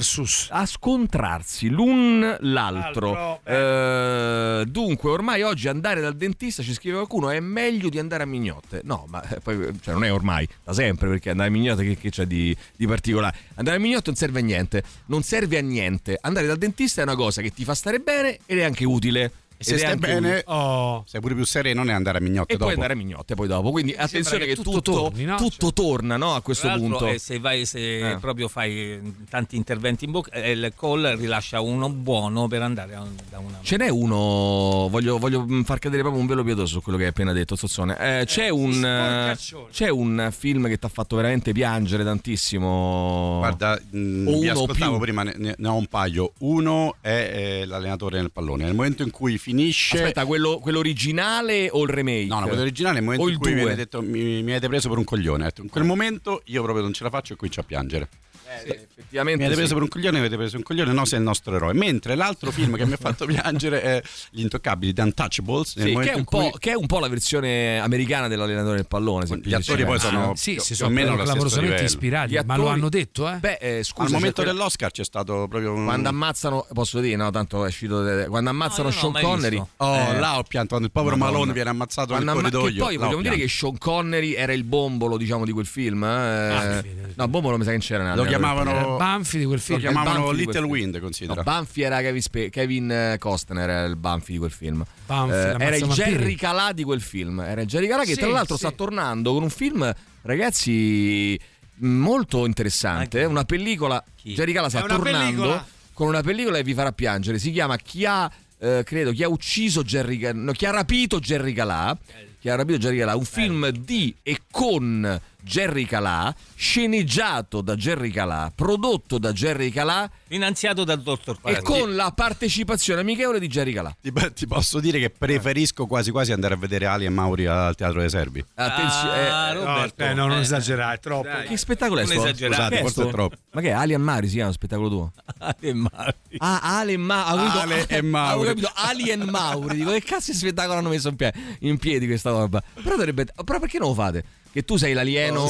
scontrarsi l'un l'altro. Dunque, ormai oggi andare dal dentista, ci scrive qualcuno, è meglio di andare a mignotte. No, ma poi non è ormai, da sempre, perché andare a mignotte che c'è di particolare? Andare a mignotte non serve a niente. Non serve a niente. Andare dal dentista è una cosa che ti fa stare bene ed è anche utile. Se stai bene, sei pure più sereno e andare a mignotte e dopo. poi andare a mignotte poi dopo. Quindi attenzione che tutto torna, no, a questo punto. Se proprio fai tanti interventi in bocca, il Cole rilascia uno buono per andare da una. Ce n'è uno, voglio far cadere proprio un velo pietoso su quello che hai appena detto, Zozzone. C'è un film che ti ha fatto veramente piangere tantissimo. Guarda, vi ascoltavo prima, ne ho un paio. Uno è l'allenatore nel pallone. Nel momento in cui finisce. Aspetta, quello originale o il remake? No, quello originale, nel momento in cui mi avete detto mi avete preso per un coglione. In quel momento io proprio non ce la faccio e comincio a piangere. Effettivamente mi avete preso per un coglione, avete preso un coglione, no, sei il nostro eroe. Mentre l'altro film che mi ha fatto piangere è Gli Intoccabili, The Untouchables, che è un po' la versione americana dell'allenatore del pallone. Gli attori poi sono si sono clamorosamente ispirati, ma lo hanno detto, scusa, al momento dell'Oscar c'è stato proprio quando ammazzano, posso dire, no, tanto è uscito quando ammazzano Sean Connery. Là ho pianto quando il povero Malone viene ammazzato nel corridoio. Poi vogliamo dire che Sean Connery era il bombolo, diciamo, di quel film. No, bombolo mi sa che non c'era nada. Banfi di quel film. Lo chiamavano Little Wind, considera. No, Banfi era Kevin Costner, era il Banfi di quel film. Era il Jerry Calà di quel film. Era il Jerry Calà che tra l'altro sta tornando con un film, ragazzi, molto interessante. Una pellicola. Jerry Calà sta tornando con una pellicola che vi farà piangere. Si chiama Chi ha ucciso Jerry Calà. No, Chi ha rapito Jerry Calà. Un film di e con Jerry Calà, sceneggiato da Jerry Calà, prodotto da Jerry Calà, finanziato dal Dr. Parati e con la partecipazione amichevole di Jerry Calà. Ti posso dire che preferisco quasi andare a vedere Ali e Mauri al Teatro dei Serbi. Attenzione, non esagerare, è troppo. Che spettacolo è questo? Scusate, forse è troppo. Ma che è Ali e Mauri? Si chiama lo spettacolo tuo? Ali e Mauri. Ale e Mauri. Avevo capito Ali e Mauri. Dico, che cazzo di spettacolo hanno messo in piedi questa roba? Però perché non lo fate? Che tu sei l'alieno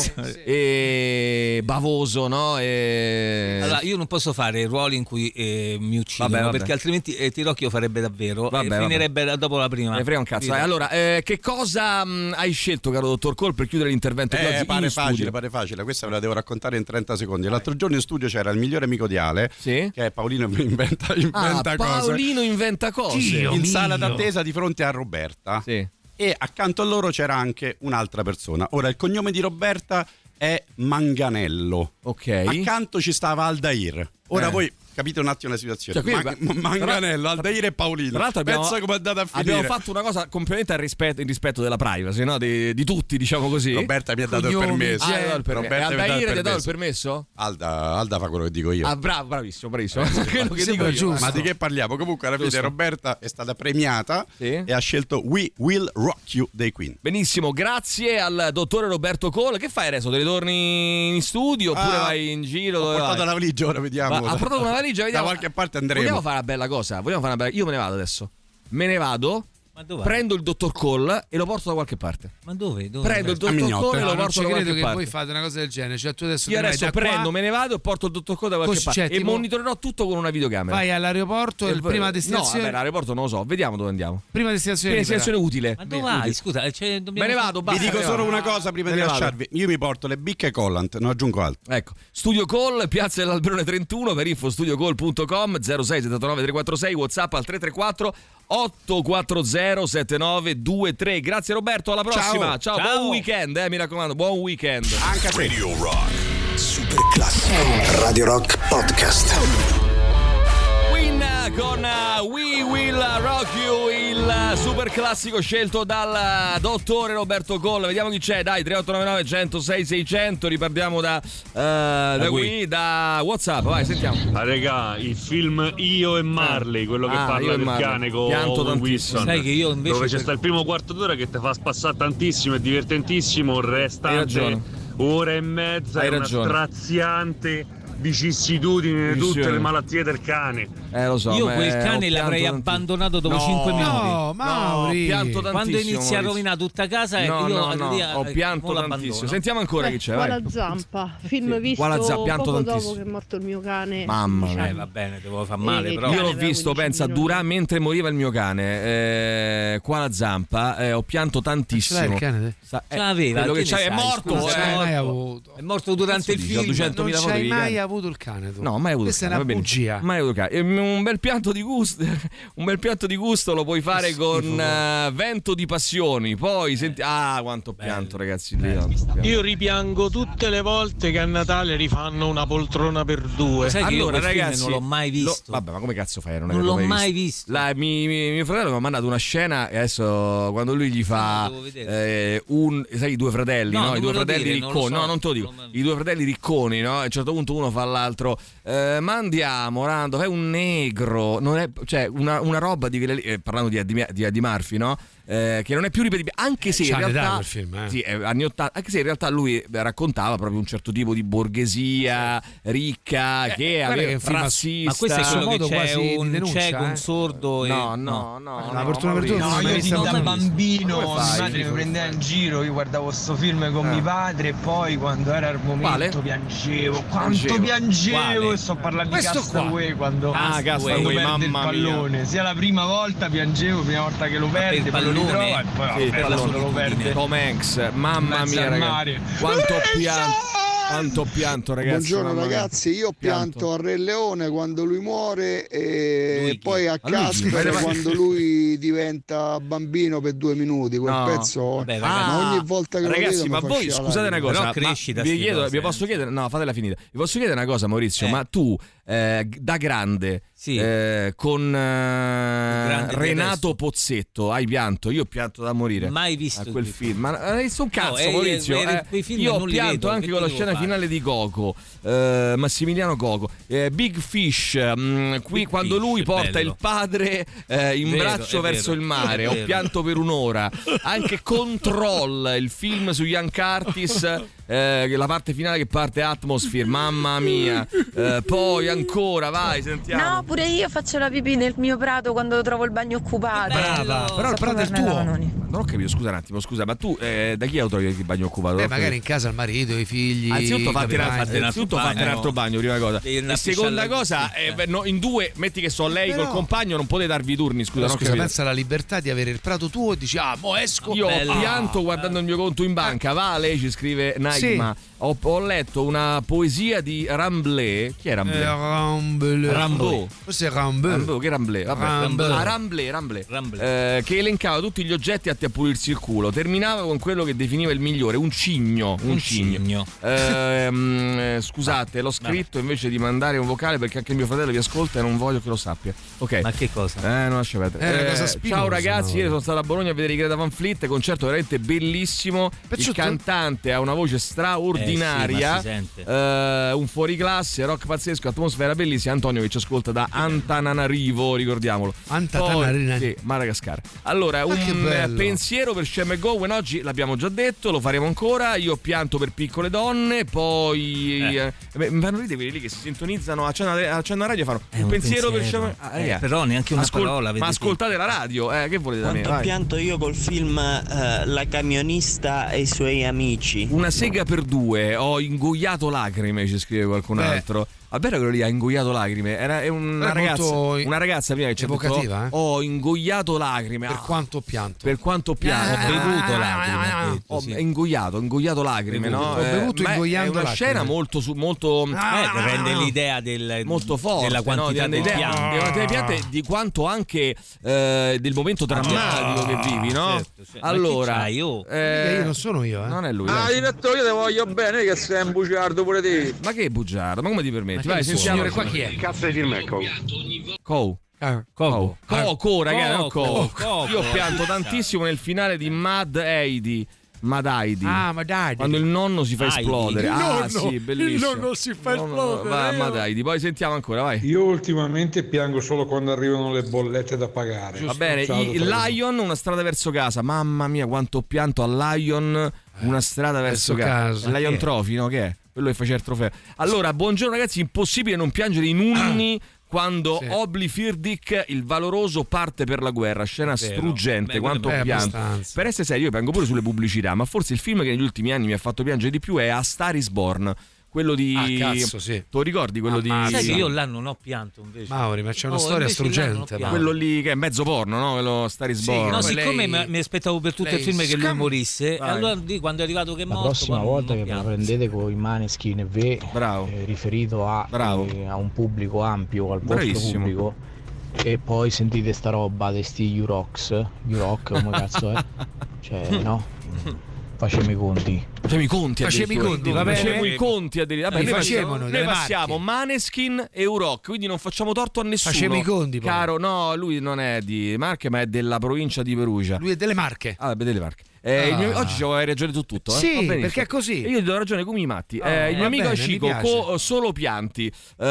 e bavoso, no? Allora, io non posso fare ruoli in cui mi uccidono, perché altrimenti Tirocchio farebbe davvero e finirebbe dopo la prima. Ne frega un cazzo. Allora, che cosa hai scelto, caro dottor Cole, per chiudere l'intervento di oggi? Pare facile. Questa ve la devo raccontare in 30 secondi. L'altro giorno in studio c'era il migliore amico di Ale, che è Paolino inventa cose. Paolino inventa cose. In sala d'attesa di fronte a Roberta. Sì. E accanto a loro c'era anche un'altra persona. Ora, il cognome di Roberta è Manganello. Ok. Accanto ci stava Aldair. Ora voi capite un attimo la situazione. Manganello, Aldair e Paolino. Tra l'altro pensa come è andata a finire. Abbiamo fatto una cosa completamente in rispetto della privacy, no? Di tutti, diciamo così. Roberta mi ha dato il permesso. Aldair ti ha dato il permesso? Alda fa quello che dico io. Bravissimo. Quello che dico io. Ma di che parliamo? Comunque alla fine Roberta è stata premiata e ha scelto We Will Rock You dei Queen. Benissimo, grazie al dottore Roberto Cole. Che fai adesso? Te ne torni in studio oppure vai in giro? Ho portato la valigia, ora vediamo. Ha portato una valigia, vediamo. Da qualche parte andremo. Vogliamo fare una bella cosa? Io me ne vado adesso. Me ne vado prendo il dottor Cole e lo porto da qualche parte. Ma dove? Prendo il dottor Cole e lo porto da qualche parte. Che voi fate una cosa del genere. Cioè, tu adesso io adesso prendo, me ne vado e porto il dottor Cole da qualche parte. E monitorerò tutto con una videocamera. Vai all'aeroporto e prima destinazione. No, vabbè, l'aeroporto non lo so. Vediamo dove andiamo. Prima destinazione utile. Ma dove vai? Scusa, me ne vado. Vi dico solo una cosa prima di lasciarvi. Io mi porto le bicche Collant, non aggiungo altro. Ecco, Studio Call, Piazza dell'Alberone 31, per info studiocall.com, 06 79 346, WhatsApp al 334 840 7923. Grazie Roberto, alla prossima. Ciao. Buon weekend, mi raccomando, buon weekend. Anche a Radio Rock Super Classico. Radio Rock Podcast. Con We Will Rock You, il super classico scelto dal dottore Roberto Coll. Vediamo chi c'è, dai, 3899 106 600. Ripartiamo da WhatsApp, vai, sentiamo. Regà, il film Io e Marley, quello che parla del cane con Wilson. Sai che io invece dove c'è sta il primo quarto d'ora che ti fa spassare tantissimo, è divertentissimo, il restante ora e mezza è una straziante vicissitudine di tutte le malattie del cane. Lo so. Io quel cane l'avrei abbandonato dopo 5 minuti. No, Mauri. Pianto tantissimo. Quando inizia a rovinare tutta casa, ho pianto tantissimo. Sentiamo ancora chi c'è. Quala Zampa, film visto poco dopo che è morto il mio cane. Mamma mia. Va bene, devo far male, però. Io l'ho visto, pensa, mentre moriva il mio cane. Quala Zampa, ho pianto tantissimo. Ce l'hai il cane? L'aveva. Quello che c'hai è morto. È morto durante il film. 200.000 non c'hai mai avuto il cane tu. No, mai avuto. Questa è una bugia. Mai avuto il cane. Un bel pianto di gusto lo puoi fare con Vento di passioni. Poi senti quanto pianto, ragazzi. Io ripiango tutte le volte che a Natale rifanno Una poltrona per due. Sai che allora, ragazzi, non l'ho mai visto. Vabbè, ma come cazzo fai? Non l'ho mai visto. Mio fratello mi ha mandato una scena e adesso quando lui gli fa sai i due fratelli, no? I due fratelli ricconi. No, non te lo dico. I due fratelli ricconi, no? A un certo punto uno fa all'altro ma andiamo Rando, fai un negro, non è, cioè una roba di quelle lì, parlando di Eddie Murphy, no? Che non è più ripetibile, anche se in realtà film, sì, anni 80, anche se in realtà lui raccontava proprio un certo tipo di borghesia ricca che aveva razzista. Ma questo è quello che c'è un cieco, un sordo no, la fortuna per tutti. No, io da bambino mia madre mi prendeva in giro, io guardavo sto film con mio padre e poi quando era il momento piangevo, quanto piangevo. E sto parlando di Castaway quando perde il pallone, sia la prima volta piangevo, prima volta che lo perde, poi lo ritrova e poi lo perde. Tom Hanks, mamma mia ragazzi, quanto pianto ragazzi. Buongiorno ragazzi, io pianto a Re Leone quando lui muore e poi a Casper quando lui diventa bambino per 2 minuti, quel pezzo. Ma ogni volta che ragazzi, lo vedo ma voi scusate una cosa, vi posso chiedere, no, fatela finita. Vi posso chiedere una cosa, Maurizio, ma tu da grande con Renato Pozzetto hai pianto? Io ho pianto da morire. Mai visto quel film. Ma hai visto un cazzo, Maurizio? Io ho pianto anche con la scena finale di Coco, Massimiliano Coco, Big Fish, qui quando lui porta il padre in braccio verso il mare, ho pianto per un'ora. Anche Control, il film su Ian Curtis, la parte finale che parte Atmosphere, mamma mia. Poi ancora, vai, sentiamo. No, pure io faccio la pipì nel mio prato quando trovo il bagno occupato. Brava, però il prato è il tuo. Non ho capito, scusa un attimo, ma tu da chi trovi il bagno occupato? Magari in casa il marito, i figli. Anzitutto fatti un altro bagno, prima cosa. E seconda cosa, in due, metti che so lei col compagno, non potete darvi i turni, scusa. Pensa alla libertà di avere il prato tuo e dici mo esco. Io ho pianto guardando il mio conto in banca, va, lei ci scrive Naima. Ho letto una poesia di Ramblé. Chi è Ramblé? Rambo. Forse è Rambo. Che Ramblé? Ramblé. Che elencava tutti gli oggetti atti a pulirsi il culo. Terminava con quello che definiva il migliore, un cigno. Scusate, l'ho scritto invece di mandare un vocale perché anche mio fratello vi ascolta e non voglio che lo sappia. Ok. Ma che cosa? Non lascia perdere. Ciao ragazzi, ieri sono stato a Bologna a vedere i Greta Van Fleet, concerto veramente bellissimo. Il cantante ha una voce straordinaria. Un fuoriclasse, rock pazzesco, atmosfera bellissima. Antonio che ci ascolta da Antananarivo, ricordiamolo. Antananarivo, sì, Madagascar. Allora, un pensiero per Scem Gowen oggi l'abbiamo già detto, lo faremo ancora. Io ho pianto per Piccole donne, poi mi fanno ridere quelli lì che si sintonizzano a Cena Radio, fanno un pensiero per Scem però neanche una parola. Ma ascoltate la radio, che volete da me? Quanto ho pianto io col film La camionista e i suoi amici. Una sega per due, ho ingoiato lacrime, ci scrive qualcun altro. Vabbè, quello lì ha ingoiato lacrime. È una ragazza prima che ci ha detto ho ingoiato lacrime. Per quanto ho pianto. Ho bevuto lacrime. Ho ingoiato lacrime, no? Ho bevuto ingoiando lacrime. È una scena molto rende l'idea molto forte, della quantità del pianto. Di quanto anche del momento drammatico che vivi, no? Certo. Allora, io non sono io, Non è lui. Direttore, io te voglio bene che sei un bugiardo pure te. Ma che bugiardo? Ma come ti permetti? Vai, sentiamo qua chi è. Che cazzo di film è Coco, ragazzi, Coco. Io ho pianto tantissimo nel finale di Mad Heidi. Quando il nonno si fa esplodere. Sì, bellissimo. Il nonno si fa esplodere. Mad Heidi. Poi sentiamo ancora, vai. Io ultimamente piango solo quando arrivano le bollette da pagare. Va bene, il Lion, Una strada verso casa. Mamma mia, quanto ho pianto al Lion, Una strada verso casa. Il Lion Trophy, no? Che è? Quello che faceva il trofeo. Allora, buongiorno ragazzi, impossibile non piangere in Unni quando Obli Firdik, il valoroso, parte per la guerra. Scena struggente, quanto ho pianto. Per essere serio, io piango pure sulle pubblicità, ma forse il film che negli ultimi anni mi ha fatto piangere di più è A Star is Born. Quello di sì. Tu ricordi quello di sai che io là non ho pianto invece. Mauri, ma c'è una storia struggente. Quello lì che è mezzo porno, no? Quello Star is Born. No, siccome mi aspettavo per tutto il film che lui morisse, allora quando è arrivato che è morto. La prossima volta che la prendete con i Maneskin riferito a un pubblico ampio, al vostro pubblico, e poi sentite sta roba di sti U-Rock, come cazzo è? Cioè, no? Facciamo i conti. Va bene. Facciamo i conti a dire. Noi passiamo Maneskin e U-Rock, quindi non facciamo torto a nessuno. Facciamo i conti. Caro, no, lui non è di Marche, ma è della provincia di Perugia. Lui è delle Marche. Delle Marche. Oggi hai ragione su tutto. Sì, perché è così. Io ti do ragione come i matti. Il mio amico Cico, solo pianti.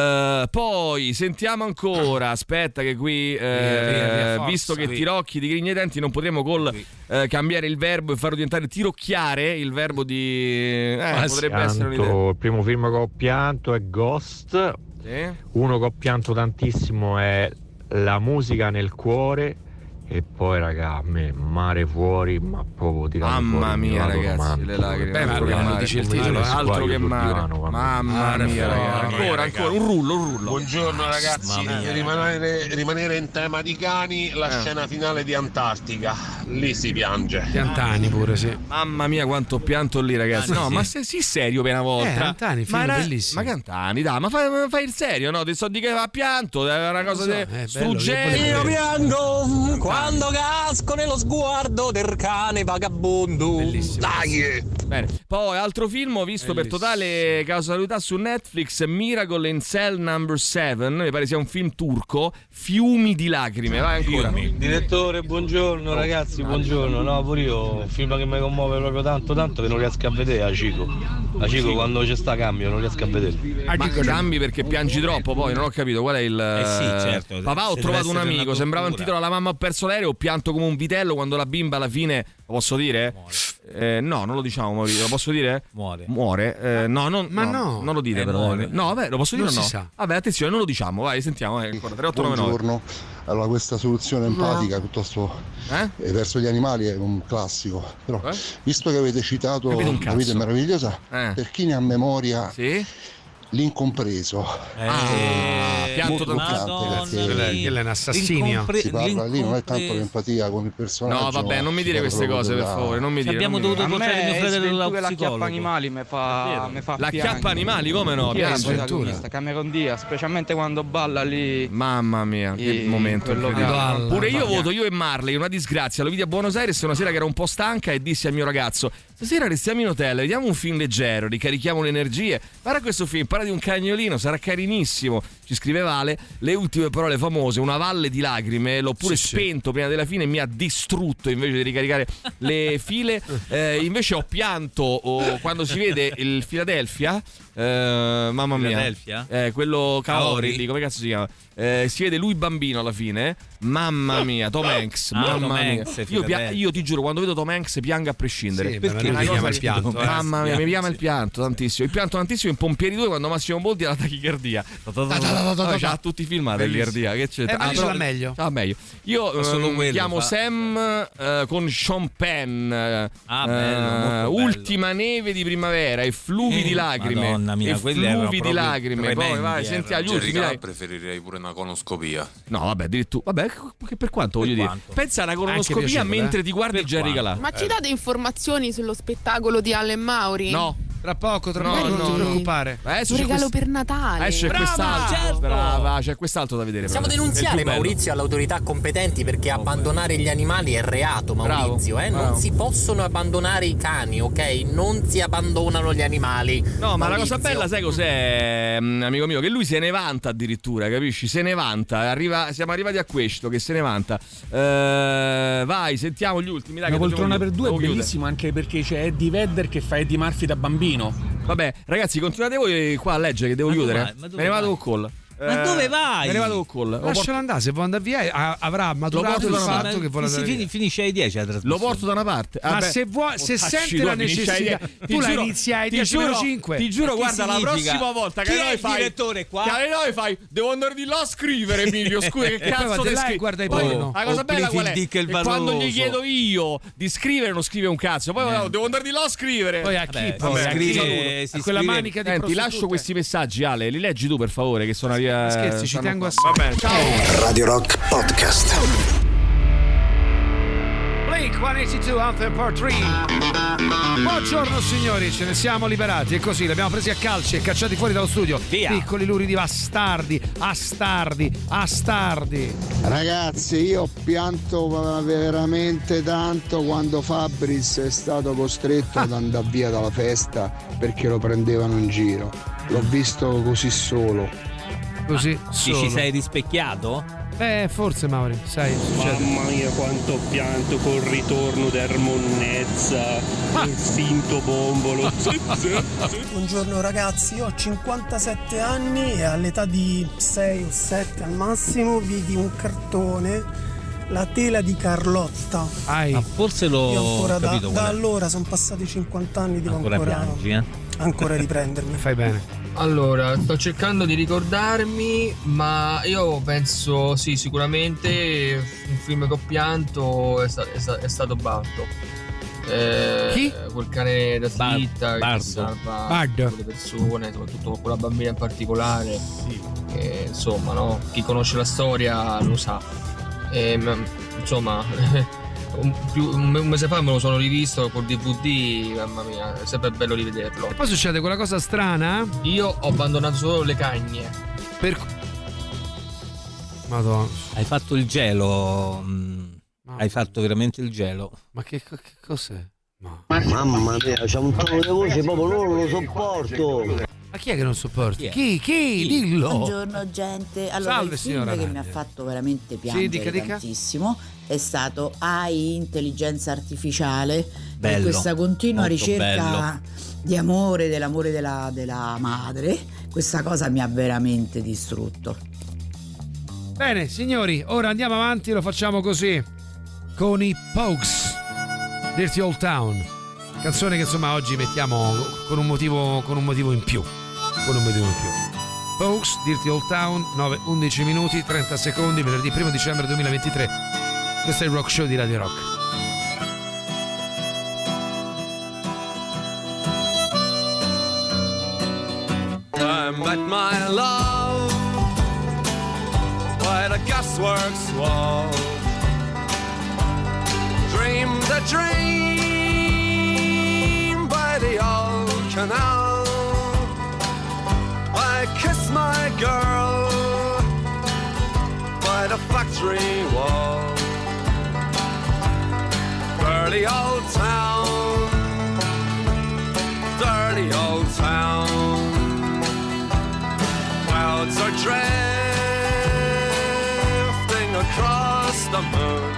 Poi sentiamo ancora. Aspetta, che qui, visto che Tirocchi di Grigni ai Denti, non potremo cambiare il verbo e farlo diventare tirocchiare. Il verbo di. Potrebbe essere un'idea. Il primo film che ho pianto è Ghost. Uno che ho pianto tantissimo è La musica nel cuore. E poi raga, a me Mare fuori, ma proprio tirando mamma mia ragazzi, le lacrime. Ma dice il titolo, altro che mare. Mamma mia ragazzi. Ancora un rullo. Buongiorno ragazzi, rimanere in tema di cani, la scena finale di Antartica, lì si piange. Antani pure, sì. Mamma mia quanto ho pianto lì ragazzi. No, ma sei serio per una volta? Antani, film bellissimo. Ma che Antani, dai, ma fai il serio, no? Ti so di che va pianto, è una cosa struggente. Io piango quando casco nello sguardo del cane vagabondo. Bellissimo. Dai! Bene. Poi altro film ho visto per totale casualità su Netflix, Miracle in Cell Number 7, mi pare sia un film turco, Fiumi di lacrime. Vai ancora. Direttore, buongiorno ragazzi, buongiorno. No, pure io, un film che mi commuove proprio tanto che non riesco a vedere a Cico. A Cico quando c'è sta cambio non riesco a vedere. Ma cambi perché piangi troppo, poi non ho capito qual è il sì, certo. Papà, ho trovato un amico, sembrava un titolo La mamma ha perso l'aereo, ho pianto come un vitello quando la bimba alla fine, lo posso dire? No, non lo diciamo, Maurizio, lo posso dire? Muore. No, non lo dite però. Muore. No, vabbè, lo posso dire non o no? Si sa. Vabbè, attenzione, non lo diciamo, vai, sentiamo, ancora 3899. Buongiorno. Allora, questa soluzione empatica piuttosto verso gli animali è un classico, però visto che avete citato La vita è meravigliosa, per chi ne ha memoria, L'incompreso. Pianto perché è un assassinio. Si parla lì, non è tanto l'empatia con il personaggio. No, vabbè, non mi dire queste cose, per favore. Non mi dire. Abbiamo dovuto portare mio fratello da la chiappa animali mi fa la chiappa animali, come no? Cameron Diaz, specialmente quando balla lì. Mamma mia, che momento. Pure io voto io e Marley, una disgrazia. Lo vidi a Buenos Aires una sera che era un po' stanca e dissi al mio ragazzo: stasera restiamo in hotel, vediamo un film leggero, ricarichiamo le energie. Guarda questo film, parla di un cagnolino, sarà carinissimo. ci scrive Vale, le ultime parole famose, una valle di lacrime, l'ho pure spento prima della fine e mi ha distrutto invece di ricaricare le file. Invece ho pianto quando si vede il Philadelphia, mamma mia, quello Kaori, come cazzo si chiama? Si vede lui bambino alla fine, mamma mia, Tom Hanks, mamma mia. Io ti giuro, quando vedo Tom Hanks piango a prescindere, perché mi chiama il pianto, mamma mia, mi chiama il pianto tantissimo. Il pianto tantissimo in Pompieri 2 quando Massimo Boldi ha la tachicardia. C'ha tutti i filmati la tachicardia, che c'è? Però meglio. Io mi chiamo Sam con Sean Penn, Ultima neve di primavera e fluvi di lacrime. Madonna mia, fluvi di lacrime. Poi vai, sentiamo gli ultimi. Preferirei pure una colonoscopia. No, vabbè, addirittura. Vabbè, che per quanto voglio dire. Pensa a una colonoscopia mentre ti guardi Jerry Calà. Ma ci date informazioni sullo spettacolo di Allen Mauri? No. Tra poco, non ti preoccupare. Un regalo per Natale. C'è quest'altro. Certo. Brava, c'è quest'altro da vedere. Possiamo denunziare Maurizio alle autorità competenti perché abbandonare gli animali è reato, Maurizio. Bravo. Non si possono abbandonare i cani, ok? Non si abbandonano gli animali. No, Maurizio. Ma la cosa bella, sai cos'è, amico mio? Che lui se ne vanta addirittura, capisci? Se ne vanta. Siamo arrivati a questo, che se ne vanta. Vai, sentiamo gli ultimi. Dai, una poltrona per due è bellissimo anche perché c'è Eddie Vedder che fa Eddie Murphy da bambino. Vabbè, ragazzi, continuate voi qua a leggere che devo chiudere. Me ne vado con call. Ma dove vai? Me ne vado con call. Lascialo andare, se vuole andare via avrà maturato il fatto che vuole andare via. Finisce ai 10 la lo porto da una parte. Ma se sente la necessità, tu la inizi ai 10:05. Ti giuro, guarda, la prossima volta che noi fai direttore qua, che noi fai, devo andare di là a scrivere, Emilio, scusa, che cazzo te scrivi? Guarda i porno. La cosa bella qual è? Quando gli chiedo io di scrivere non scrive un cazzo. Poi devo andare di là a scrivere. Poi a chi? Poi a quella manica di prostitute. Ti lascio questi messaggi, Ale, li leggi tu per favore, che sono via. Scherzi, ci tengo a va bene, ciao. Radio Rock Podcast. Blink 182 Anthem Part 3. Buongiorno signori, ce ne siamo liberati e così li abbiamo presi a calci e cacciati fuori dallo studio. Via. Piccoli luridi bastardi, astardi. Ragazzi, io ho pianto veramente tanto quando Fabris è stato costretto ad andare via dalla festa perché lo prendevano in giro. L'ho visto così solo. Ci sei rispecchiato? Forse Mauri, sai. Mamma mia quanto pianto col ritorno d'Ermonnezza, il finto bombolo. Buongiorno ragazzi, io ho 57 anni e all'età di 6 o 7 al massimo vidi un cartone, La tela di Carlotta. Forse l'ho ancora capito da allora sono passati 50 anni, devo ancora riprendermi. Fai bene. Allora, sto cercando di ricordarmi, ma io penso sì, sicuramente un film che ho pianto è stato Bardo. Chi? Quel cane da slitta che salva le persone, soprattutto quella bambina in particolare. Sì. Insomma, no? Chi conosce la storia lo sa. Insomma. Un mese fa me lo sono rivisto col DVD, mamma mia, è sempre bello rivederlo. E poi succede quella cosa strana? Io ho abbandonato solo le cagne. Madonna. Hai fatto il gelo. Hai fatto veramente il gelo. Ma che cos'è? No. Mamma mia, c'è un tono di voce, proprio non lo sopporto. Ma chi è che non sopporti? Chi? Dillo. Buongiorno gente. Allora, salve, il film che mi ha fatto veramente piangere tantissimo è stato AI, intelligenza artificiale. Bello, e questa continua bello. ricerca di amore, dell'amore della madre. Questa cosa mi ha veramente distrutto. Bene signori, ora andiamo avanti, lo facciamo così con i Pogues, Dirty Old Town, canzone che insomma oggi mettiamo con un motivo in più. Pogues, Dirty Old Town, 9-11 minuti 30 secondi, venerdì 1 dicembre 2023. Questo è il Rock Show di Radio Rock. I met my love by the gasworks wall. Dream the dream by the old canal. I kiss my girl by the factory wall. Dirty old town, dirty old town. Clouds are dread. the moon.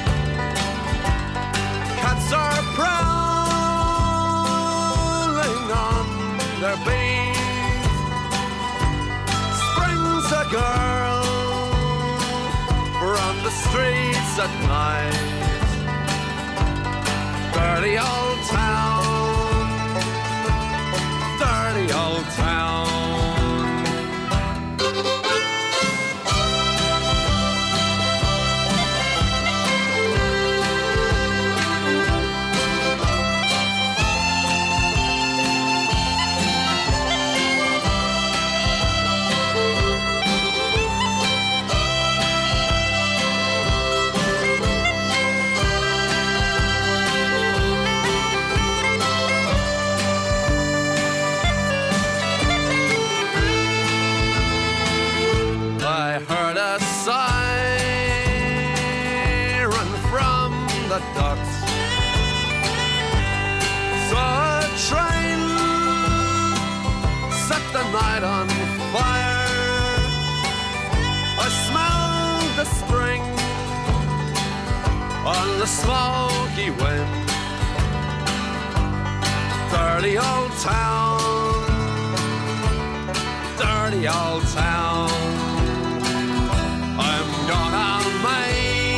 Cats are prowling on their beat. Springs a girl from the streets at night. Dirty old town, dirty old town. Ducks. Saw a train set the night on fire. I smelled the spring on the smoky wind. Dirty old town, dirty old town. I'm gonna make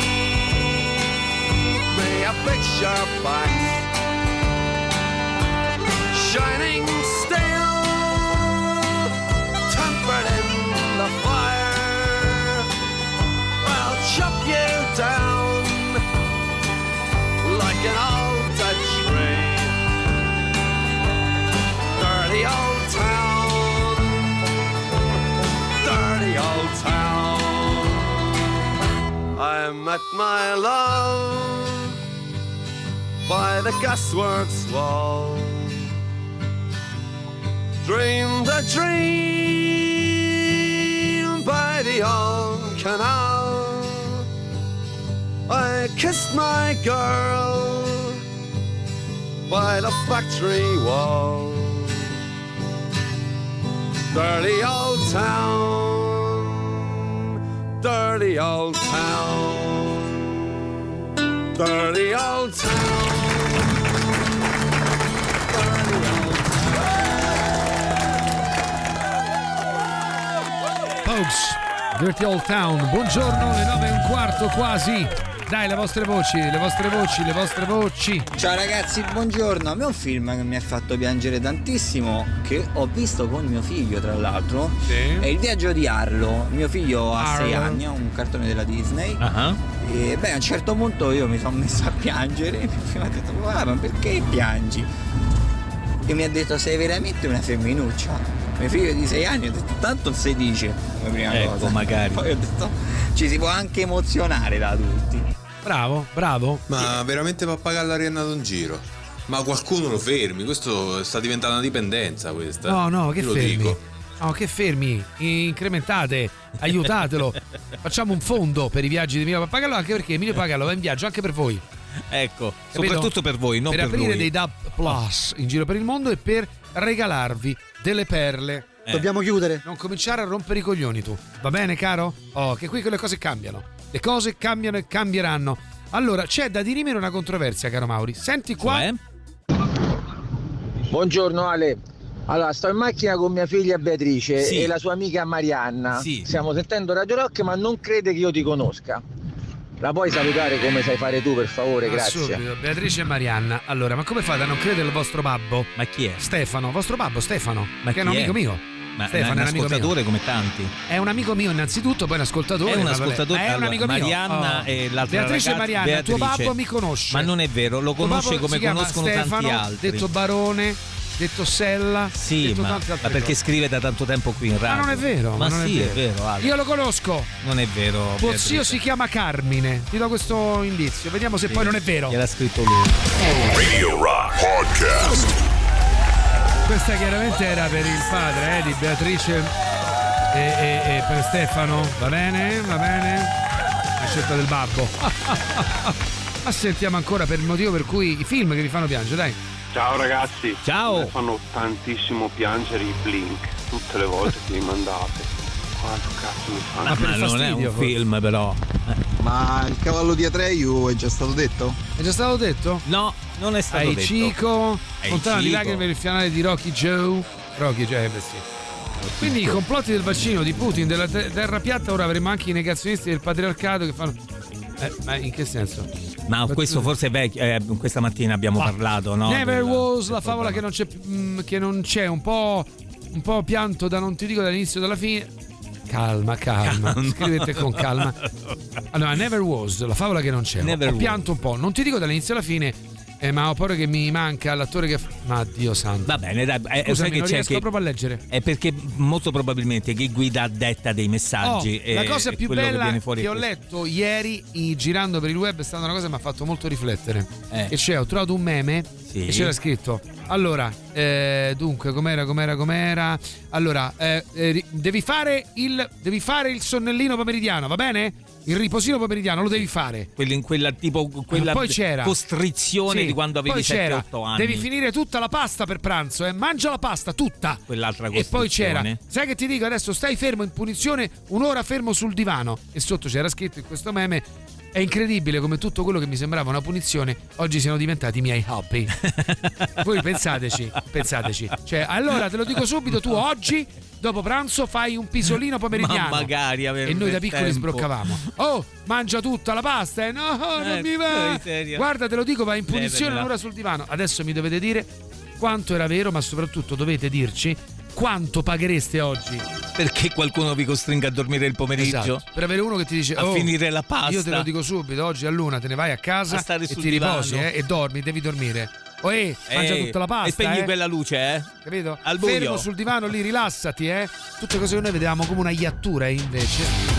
a picture box, shining steel, tempered in the fire. I'll chop you down like an old Dutch tree. Dirty old town, dirty old town. I met my love by the gasworks wall. Dreamed a dream by the old canal. I kissed my girl by the factory wall. Dirty old town, dirty old town. Dirty old town. Dirty old town. Pogues, Dirty Old Town. Buongiorno, le 9:15 quasi. Dai, le vostre voci, le vostre voci, le vostre voci. Ciao ragazzi, buongiorno. A me è un film che mi ha fatto piangere tantissimo, che ho visto con mio figlio tra l'altro. Sì. È Il viaggio di Arlo. Mio figlio ha 6 anni, è un cartone della Disney. E beh, a un certo punto io mi sono messo a piangere e mio figlio mi ha detto: ma perché piangi? E mi ha detto: sei veramente una femminuccia. Mio figlio di 6 anni, ho detto: tanto non si dice come prima cosa. Magari. Poi ho detto: ci si può anche emozionare da adulti. Bravo, bravo. Ma veramente pappagallo arena un giro? Ma qualcuno lo fermi? Questo sta diventando una dipendenza questa. No, che fermi? Dico. No, che fermi? Incrementate, aiutatelo. Facciamo un fondo per i viaggi di Emilio Pappagallo, anche perché Emilio Pappagallo va in viaggio anche per voi. Ecco, capito? Soprattutto per voi, non per lui. Per aprire dei DAB Plus in giro per il mondo e per regalarvi delle perle. Dobbiamo chiudere. Non cominciare a rompere i coglioni tu. Va bene, caro? Oh, che qui quelle cose cambiano. Le cose cambiano e cambieranno. Allora, c'è da dirimere una controversia, caro Mauri. Senti qua. Buongiorno Ale. Allora, sto in macchina con mia figlia Beatrice e la sua amica Marianna. Stiamo sentendo Radio Rock, ma non crede che io ti conosca. La puoi salutare come sai fare tu, per favore, grazie. Subito. Beatrice e Marianna. Allora, ma come fate a non credere al vostro babbo? Ma chi è? Stefano, vostro babbo Stefano. Ma che è un amico mio. Ma Stefano è un ascoltatore come tanti. È un amico mio innanzitutto, poi un ascoltatore. È un ascoltatore. È un amico mio. Marianna e l'altra Beatrice ragazza, Marianna, Beatrice. tuo babbo mi conosce. Ma non è vero, lo conosce come conoscono Stefano, tanti altri. Detto Barone, detto Sella. Sì, detto ma perché cose. Scrive da tanto tempo qui in radio. Ma non è vero. Ma non sì, è vero. Ale. Io lo conosco. Non è vero. Tuo zio si chiama Carmine. Ti do questo indizio. Vediamo se poi non è vero. Gliel'ha scritto lui. Radio Rock Podcast. Questa chiaramente era per il padre di Beatrice e per Stefano. Va bene? Va bene? La scelta del babbo. Ma sentiamo ancora per il motivo per cui i film che vi fanno piangere, dai. Ciao ragazzi. Ciao. Mi fanno tantissimo piangere i Blink tutte le volte che li mandate. Quanto cazzo mi fanno? Ma non è un film però. Ma il cavallo di Atreyu è già stato detto? È già stato detto? No, non è stato detto. Cico, Fontana di lacrime per il finale di Rocky Joe. Rocky Joe, sì. Quindi i complotti del vaccino, di Putin, della terra piatta, ora avremo anche i negazionisti del patriarcato che fanno... ma in che senso? Ma questo forse questa mattina abbiamo parlato, no? Never was, la favola che non c'è, un po' pianto da non ti dico dall'inizio dalla fine. Calma. Scrivete con calma. Allora, never was, la favola che non c'è. Ho pianto un po', non ti dico dall'inizio alla fine. Ma ho paura che mi manca l'attore che ma Dio santo. Va bene, dai, scusami, che non riesco proprio a leggere. È perché molto probabilmente chi guida detta dei messaggi. La cosa più bella che ho letto ieri girando per il web è stata una cosa che mi ha fatto molto riflettere. E ho trovato un meme e c'era scritto: allora, dunque, com'era? Allora, devi fare il sonnellino pomeridiano, va bene? Il riposino pomeridiano lo devi fare. Quella poi c'era costrizione di quando avevi 7-8 anni. Devi finire tutta la pasta per pranzo, mangia la pasta tutta. Quell'altra costrizione. E poi c'era, sai che ti dico adesso, stai fermo in punizione un'ora fermo sul divano. E sotto c'era scritto in questo meme: è incredibile come tutto quello che mi sembrava una punizione oggi siano diventati i miei hobby. Voi pensateci. Cioè, allora te lo dico subito, tu oggi dopo pranzo fai un pisolino pomeridiano. Ma magari e noi da piccoli sbroccavamo. Oh, mangia tutta la pasta, no, non mi va. Guarda, te lo dico, vai in punizione un'ora sul divano. Adesso mi dovete dire quanto era vero, ma soprattutto dovete dirci quanto paghereste oggi. Perché qualcuno vi costringa a dormire il pomeriggio? Esatto. Per avere uno che ti dice: a finire la pasta. Io te lo dico subito, oggi all'una te ne vai a casa e ti riposi e dormi, devi dormire. Mangia tutta la pasta. E spegni quella luce, capito? Al buio. Fermo sul divano lì, rilassati, Tutte cose che noi vedevamo come una iattura, invece.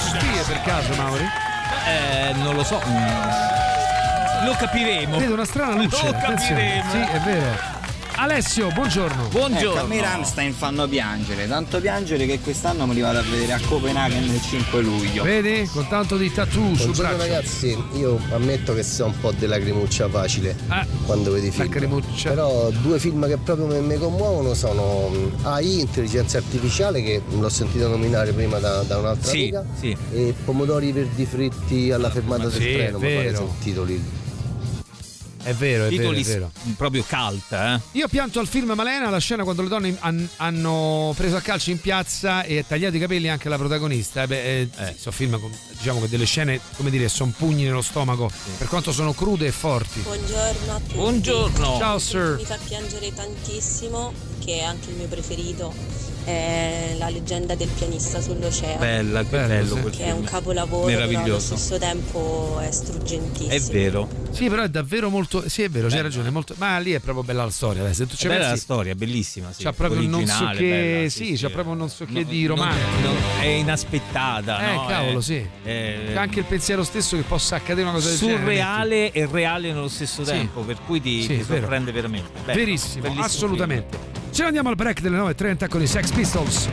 spie per caso, Mauri? Non lo so. Lo capiremo. Vedo una strana luce. Lo capiremo. Sì, è vero. Alessio, buongiorno. Ecco, a me Rammstein fanno piangere, tanto piangere che quest'anno me li vado a vedere a Copenaghen il 5 luglio. Vedi? Con tanto di tattoo sul braccio. Ragazzi, io ammetto che sia un po' di lacrimuccia facile quando vedi film. Lacrimuccia. Però due film che proprio mi commuovono sono AI, Intelligenza Artificiale, che l'ho sentito nominare prima da un'altra amica, e Pomodori verdi fritti alla fermata del treno, mi pare sono titoli. È vero, titoli è vero. Proprio cult, Io pianto al film Malena, la scena quando le donne hanno preso a calci in piazza e tagliato i capelli anche alla protagonista. Sono film, diciamo che delle scene, come dire, sono pugni nello stomaco, per quanto sono crude e forti. Buongiorno a tutti. Buongiorno. Ciao sir. Mi fa piangere tantissimo, che è anche il mio preferito. È La leggenda del pianista sull'oceano. Bella, che bello quel film. È un capolavoro, però allo stesso tempo è struggentissimo. È vero. Sì, però è davvero molto. Sì, è vero, c'hai ragione. Molto, ma lì è proprio bella la storia. Se tu ci bella pensi, la storia, bellissima. Sì. C'ha proprio un non so che. Bella, sì, c'ha proprio un non so che di romantico. È inaspettata. No? Cavolo, sì. Anche il pensiero stesso che possa accadere una cosa del genere. Surreale e reale nello stesso tempo, per cui ti sorprende veramente. Bello. Verissimo, bellissimo, assolutamente. Film. Ce ne andiamo al break delle 9:30 con i Sex Pistols.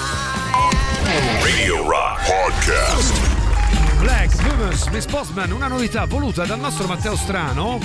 Radio Rock Podcast. Black Boomers, Miss Postman, una novità voluta dal nostro Matteo Strano,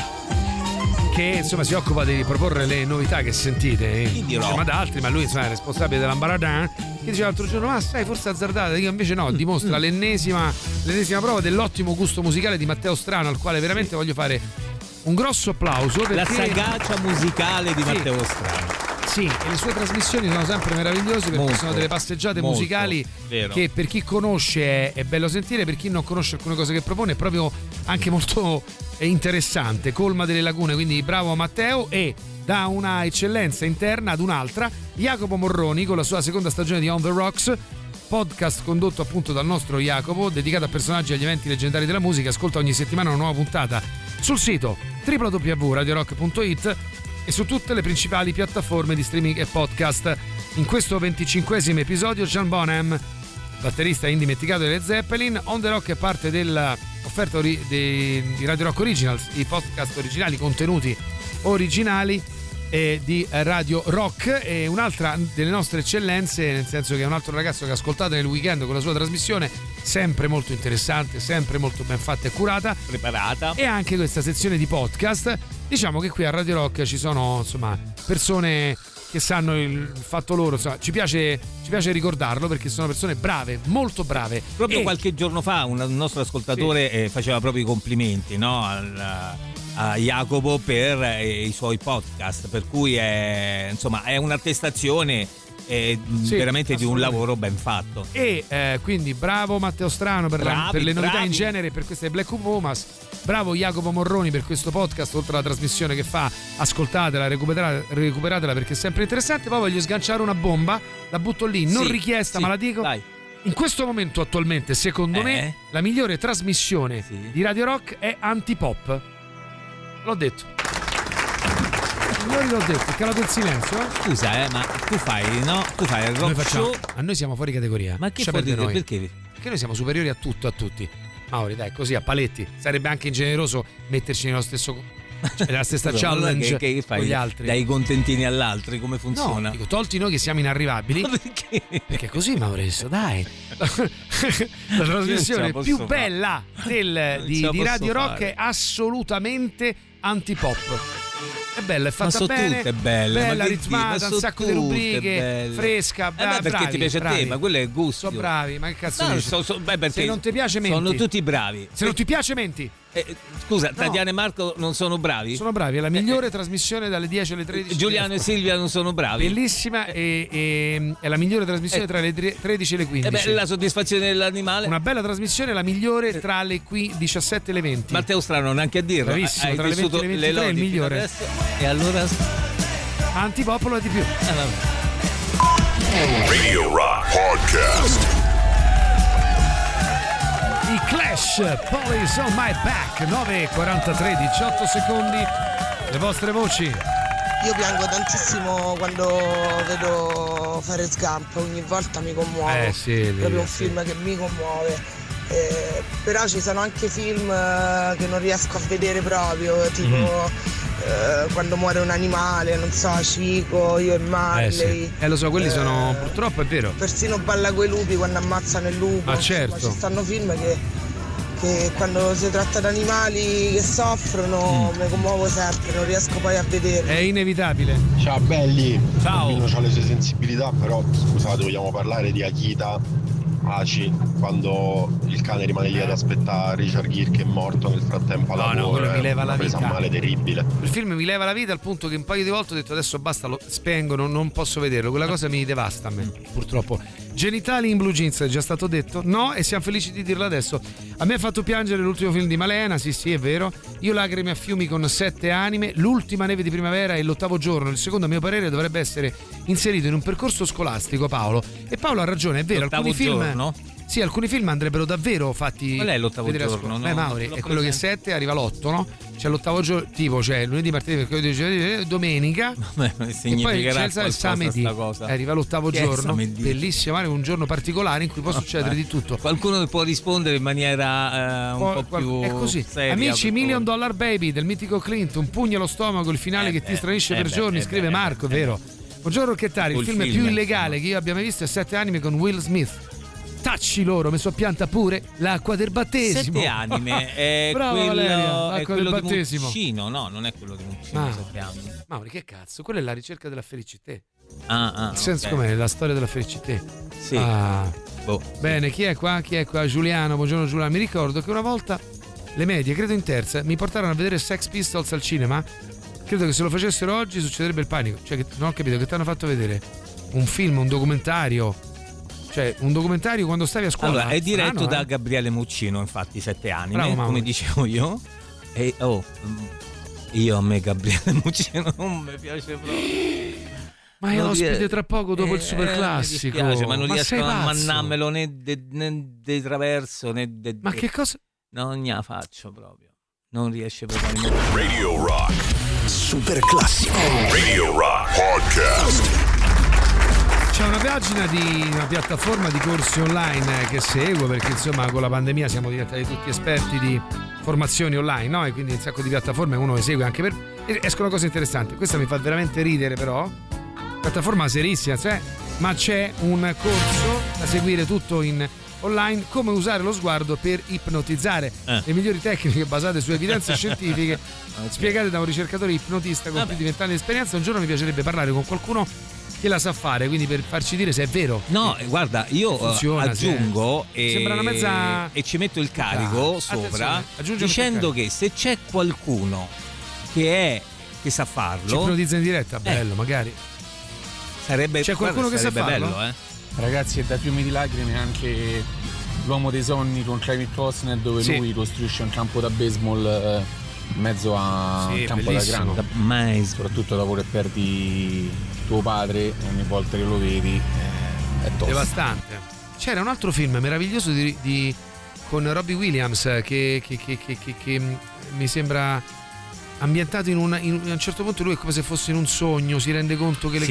che insomma si occupa di proporre le novità che sentite insieme ad altri, ma lui insomma è responsabile dell'Ambaradin, che diceva l'altro giorno: ma sai, forse azzardata. Io invece no, dimostra l'ennesima prova dell'ottimo gusto musicale di Matteo Strano, al quale veramente voglio fare un grosso applauso, perché... La sagacia musicale di Matteo Strano. Sì, e le sue trasmissioni sono sempre meravigliose, perché sono delle passeggiate musicali che per chi conosce è bello sentire, per chi non conosce alcune cose che propone è proprio anche molto interessante, colma delle lacune, quindi bravo Matteo. E da una eccellenza interna ad un'altra, Jacopo Morroni con la sua seconda stagione di On The Rocks, podcast condotto appunto dal nostro Jacopo, dedicato a personaggi e agli eventi leggendari della musica. Ascolta ogni settimana una nuova puntata sul sito www.radiorock.it e su tutte le principali piattaforme di streaming e podcast. In questo 25esimo episodio John Bonham, batterista indimenticato delle Zeppelin. On The Rock è parte dell'offerta di Radio Rock Originals, i podcast originali, contenuti originali di Radio Rock, e un'altra delle nostre eccellenze, nel senso che è un altro ragazzo che ascoltate nel weekend con la sua trasmissione, sempre molto interessante, sempre molto ben fatta e curata, preparata, e anche questa sezione di podcast. Diciamo che qui a Radio Rock ci sono insomma persone che sanno il fatto loro, insomma, ci piace ricordarlo, perché sono persone brave, molto brave. Proprio qualche giorno fa un nostro ascoltatore faceva proprio i complimenti, no, a Jacopo per i suoi podcast, per cui è un'attestazione veramente di un lavoro ben fatto. E quindi bravo Matteo Strano per le novità in genere, per queste Black Pumas. Bravo Jacopo Morroni per questo podcast, oltre alla trasmissione che fa, ascoltatela, recuperatela perché è sempre interessante. Poi voglio sganciare una bomba, la butto lì, non richiesta, ma la dico. Dai. In questo momento attualmente, secondo me, la migliore trasmissione di Radio Rock è Antipop. L'ho detto. Signori, l'ho detto, è calato il silenzio. Scusa, ma tu fai il rock show. A noi siamo fuori categoria. Ma che fuori noi? Perché? Perché noi siamo superiori a tutto, a tutti. Mauri, dai, così a paletti. Sarebbe anche ingeneroso metterci nello stesso, nella stessa challenge che fai con gli altri. Dai contentini all'altri, come funziona? No, dico, tolti noi che siamo inarrivabili. Perché? Perché così, Maurizio, dai. La trasmissione più bella di Radio Rock è assolutamente Antipop. È bella, è fatta bene, tutte belle, bella, ritmata, un sacco di rubriche, fresca, perché bravi, ti piace bravi. A te, ma quello è gusto. Sono bravi, ma che cazzo dici? Se non ti piace menti. Sono tutti bravi. Se non ti piace menti. Scusa, no. Tatiana e Marco non sono bravi? Sono bravi, è la migliore trasmissione dalle 10 alle 13. Giuliano e Silvia non sono bravi? Bellissima, e è la migliore trasmissione tra le 13 e le 15. La soddisfazione dell'animale. Una bella trasmissione, la migliore tra le 17 e le 20. Matteo Strano, neanche a dirlo. Bravissimo, tra le 20 e le 23 è il migliore. Adesso, e allora Antipopolo è di più. Radio Rock Podcast. I Clash, Police on My Back, 9:43, 18 secondi, le vostre voci. Io piango tantissimo quando vedo Forrest Gump, ogni volta mi commuovo. Sì, proprio un film che mi commuove. però ci sono anche film che non riesco a vedere proprio, tipo quando muore un animale, non so, Chico, Io e Marley. Lo so, quelli sono, purtroppo è vero. Persino Balla coi lupi quando ammazzano il lupo. Certo. Ci stanno film che quando si tratta di animali che soffrono mi commuovo sempre, non riesco poi a vedere. È inevitabile. Ciao belli. Ciao. Il bambino ha le sue sensibilità, però scusate, vogliamo parlare di Akita Aci, quando il cane rimane lì ad aspettare Richard Gere che è morto nel frattempo alla No, quello mi leva la vita. Presa male terribile. Il film mi leva la vita al punto che un paio di volte ho detto adesso basta, lo spengo, non posso vederlo. Quella cosa mi devasta a me, purtroppo. Genitali in blue jeans, è già stato detto? No, e siamo felici di dirlo adesso. A me ha fatto piangere l'ultimo film di Malena, sì è vero. Io lacrime a fiumi con 7 anime. L'ultima neve di primavera è l'8º giorno. Il secondo a mio parere dovrebbe essere inserito in un percorso scolastico, Paolo. E Paolo ha ragione, è vero, alcuni film... No? Sì, alcuni film andrebbero davvero fatti. Qual è l'8º giorno? No? Mauri, è quello che 7 arriva l'8, no? C'è l'8º giorno, tipo c'è lunedì, martedì, mercoledì, domenica. E poi c'è il Samedi. Arriva l'8º giorno. Bellissimo, è un giorno particolare in cui può succedere di tutto. Qualcuno può rispondere in maniera un po' più. È così. Seria, amici, $1 Million Baby del mitico Clint, un pugno allo stomaco, il finale che ti stranisce per giorni, scrive Marco, è vero. Buongiorno Rocchettari, il film più illegale che io abbia mai visto è 7 anime con Will Smith. Tacci loro, mi soppianta pure l'acqua del battesimo. 7 anime è bravo, quello, Valeria, è quello del di battesimo. Muccino, no, non è quello di Muccino. 7 anni. Mauri, che cazzo? Quella è la ricerca della felicità. Il senso com'è? La storia della felicità. Sì. Bene, chi è qua? Giuliano, buongiorno Giuliano. Mi ricordo che una volta le medie, credo in terza, mi portarono a vedere Sex Pistols al cinema. Credo che se lo facessero oggi succederebbe il panico. Cioè, che, non ho capito, che ti hanno fatto vedere? Un film, un documentario? Cioè, un documentario quando stavi a scuola? Allora, è diretto da Gabriele Muccino, infatti, 7 anime, bravo, come dicevo io. E io a me Gabriele Muccino non mi piace proprio. Ma è ospite tra poco dopo il super classico. Mi dispiace, ma non riesco a mannarmelo né di traverso né di. Ma che cosa? Non ne la faccio proprio. Non riesce proprio a Radio Rock Super Classico. Radio Rock Podcast. C'è una pagina di una piattaforma di corsi online che seguo, perché insomma con la pandemia siamo diventati tutti esperti di formazioni online, no? E quindi un sacco di piattaforme uno le segue anche e escono cose interessanti. Questa mi fa veramente ridere, però piattaforma serissima, ma c'è un corso da seguire tutto in online, come usare lo sguardo per ipnotizzare, le migliori tecniche basate su evidenze scientifiche spiegate da un ricercatore ipnotista con più di 20 anni di esperienza. Un giorno mi piacerebbe parlare con qualcuno che la sa fare, quindi per farci dire se è vero. No, guarda, io aggiungo sembra una mezza e ci metto il carico sopra, dicendo che se c'è qualcuno che sa farlo, ci ipnotizza in diretta, bello, magari c'è qualcuno che sa farlo, bello, Ragazzi, è da fiumi di lacrime anche L'uomo dei sogni con Kevin Costner, dove lui costruisce un campo da baseball in mezzo a un campo bellissimo. da grano, soprattutto dopo che perdi tuo padre, ogni volta che lo vedi è tosto. Devastante. C'era un altro film meraviglioso con Robbie Williams che mi sembra ambientato a un certo punto lui è come se fosse in un sogno, si rende conto che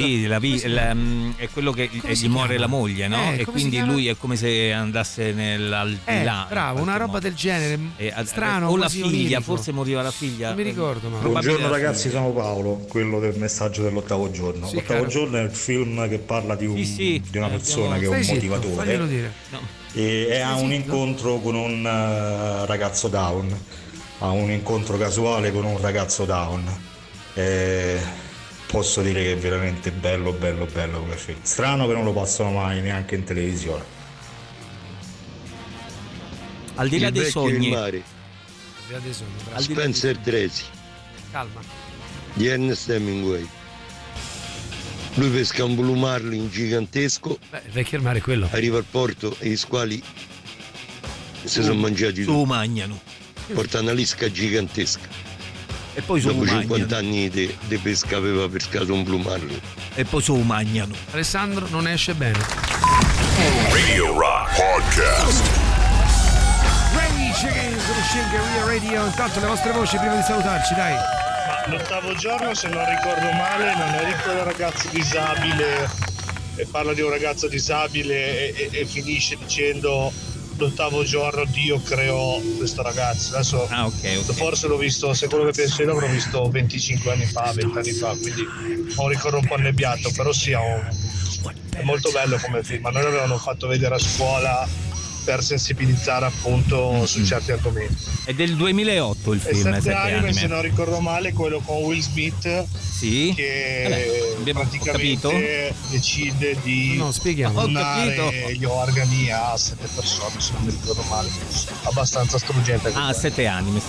è quello che gli muore la moglie, no? E quindi lui è come se andasse al di là. Bravo, una roba del genere, strano. O la figlia, onirico. Forse moriva la figlia. Non mi ricordo. Buongiorno ragazzi, sono Paolo, quello del messaggio dell'8º giorno. L'8º giorno è il film che parla di una persona che è un motivatore e ha un incontro con un ragazzo down. Ha un incontro casuale con un ragazzo down. Posso dire che è veramente bello come film. Strano che non lo passano mai neanche in televisione. Al di là dei sogni. Spencer Tracy. Calma. Di Ernest Hemingway. Lui pesca un blue marlin gigantesco. Vecchio il mare quello. Arriva al porto e i squali si sono mangiati tutto. Magnano. Porta una lisca gigantesca e poi dopo 50 anni di pesca aveva pescato un blue marlin e poi su magnano. Alessandro non esce bene. Radio Rock Podcast. Rage Against the Machine Radio. Intanto le vostre voci prima di salutarci, dai. L'8º giorno, se non ricordo male, non è di quel ragazzo disabile e parla di un ragazzo disabile e finisce dicendo l'ottavo giorno Dio creò questo ragazzo. Adesso forse l'ho visto, se quello che penso io l'avrò visto 25 anni fa, 20 anni fa, quindi ho un ricordo un po' annebbiato, però sì, è molto bello come film. A noi l'avevano fatto vedere a scuola per sensibilizzare appunto su certi argomenti. È del 2008 il film, 7 anime, se non ricordo male, quello con Will Smith, che praticamente decide di donare gli organi a 7 persone, se non mi ricordo male, abbastanza struggente. 7 anime.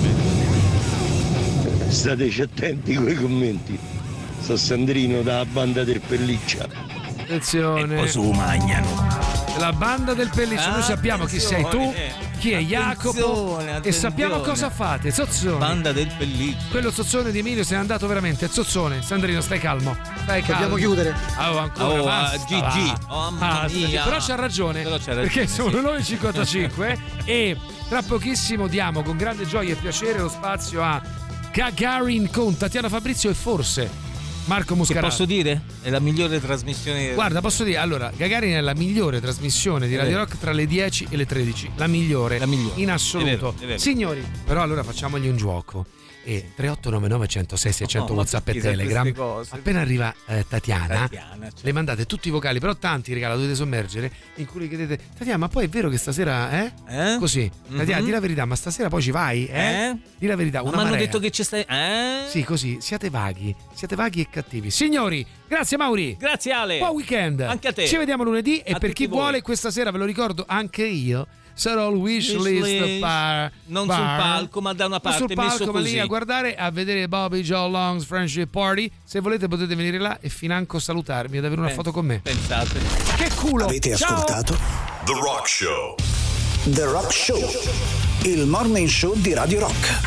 Stateci attenti con i commenti. Sono Sandrino da Banda del Pelliccia. Attenzione. E poi su Magnano. La Banda del Pelliccio, noi sappiamo chi sei tu, chi è Jacopo e sappiamo cosa fate. Zozzone. Banda del Pelliccio. Quello zozzone di Emilio se n'è andato veramente. Zozzone, Sandrino, stai calmo. Dobbiamo chiudere. Ancora. GG. Però c'ha ragione. Perché sono le 9.55 e tra pochissimo diamo con grande gioia e piacere lo spazio a Gagarin con Tatiana Fabrizio e forse Marco Muscarà. Che posso dire? È la migliore trasmissione. Guarda, posso dire, allora, Gagarin è la migliore trasmissione di Radio Rock tra le 10 e le 13. La migliore. In assoluto. È vero. Signori, però allora facciamogli un gioco. E 3899 106 600 WhatsApp e Telegram. Appena arriva Tatiana, le mandate tutti i vocali, però tanti regala, dovete sommergere, in cui le chiedete: Tatiana, ma poi è vero che stasera così? Tatiana, di la verità, ma stasera poi ci vai? Di la verità, una hanno marea. detto che ci stai. Sì, così, siate vaghi e cattivi. Signori, grazie Mauri. Grazie Ale. Buon weekend. Anche a te. Ci vediamo lunedì e per chi vuole questa sera, ve lo ricordo, anche io sarò al wishlist bar. Non sul palco, ma da una parte sul palco, messo ma così. lì a guardare, a vedere Bobby Joe Long's Friendship Party. Se volete potete venire là e financo salutarmi ed avere una foto con me. Pensate. Che culo. Avete ascoltato The Rock Show. The Rock Show, il morning show di Radio Rock.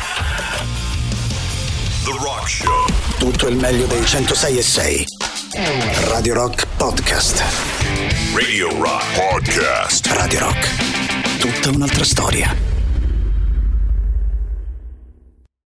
The Rock Show. Tutto il meglio dei 106.6. Radio Rock Podcast. Radio Rock Podcast. Radio Rock. Tutta un'altra storia.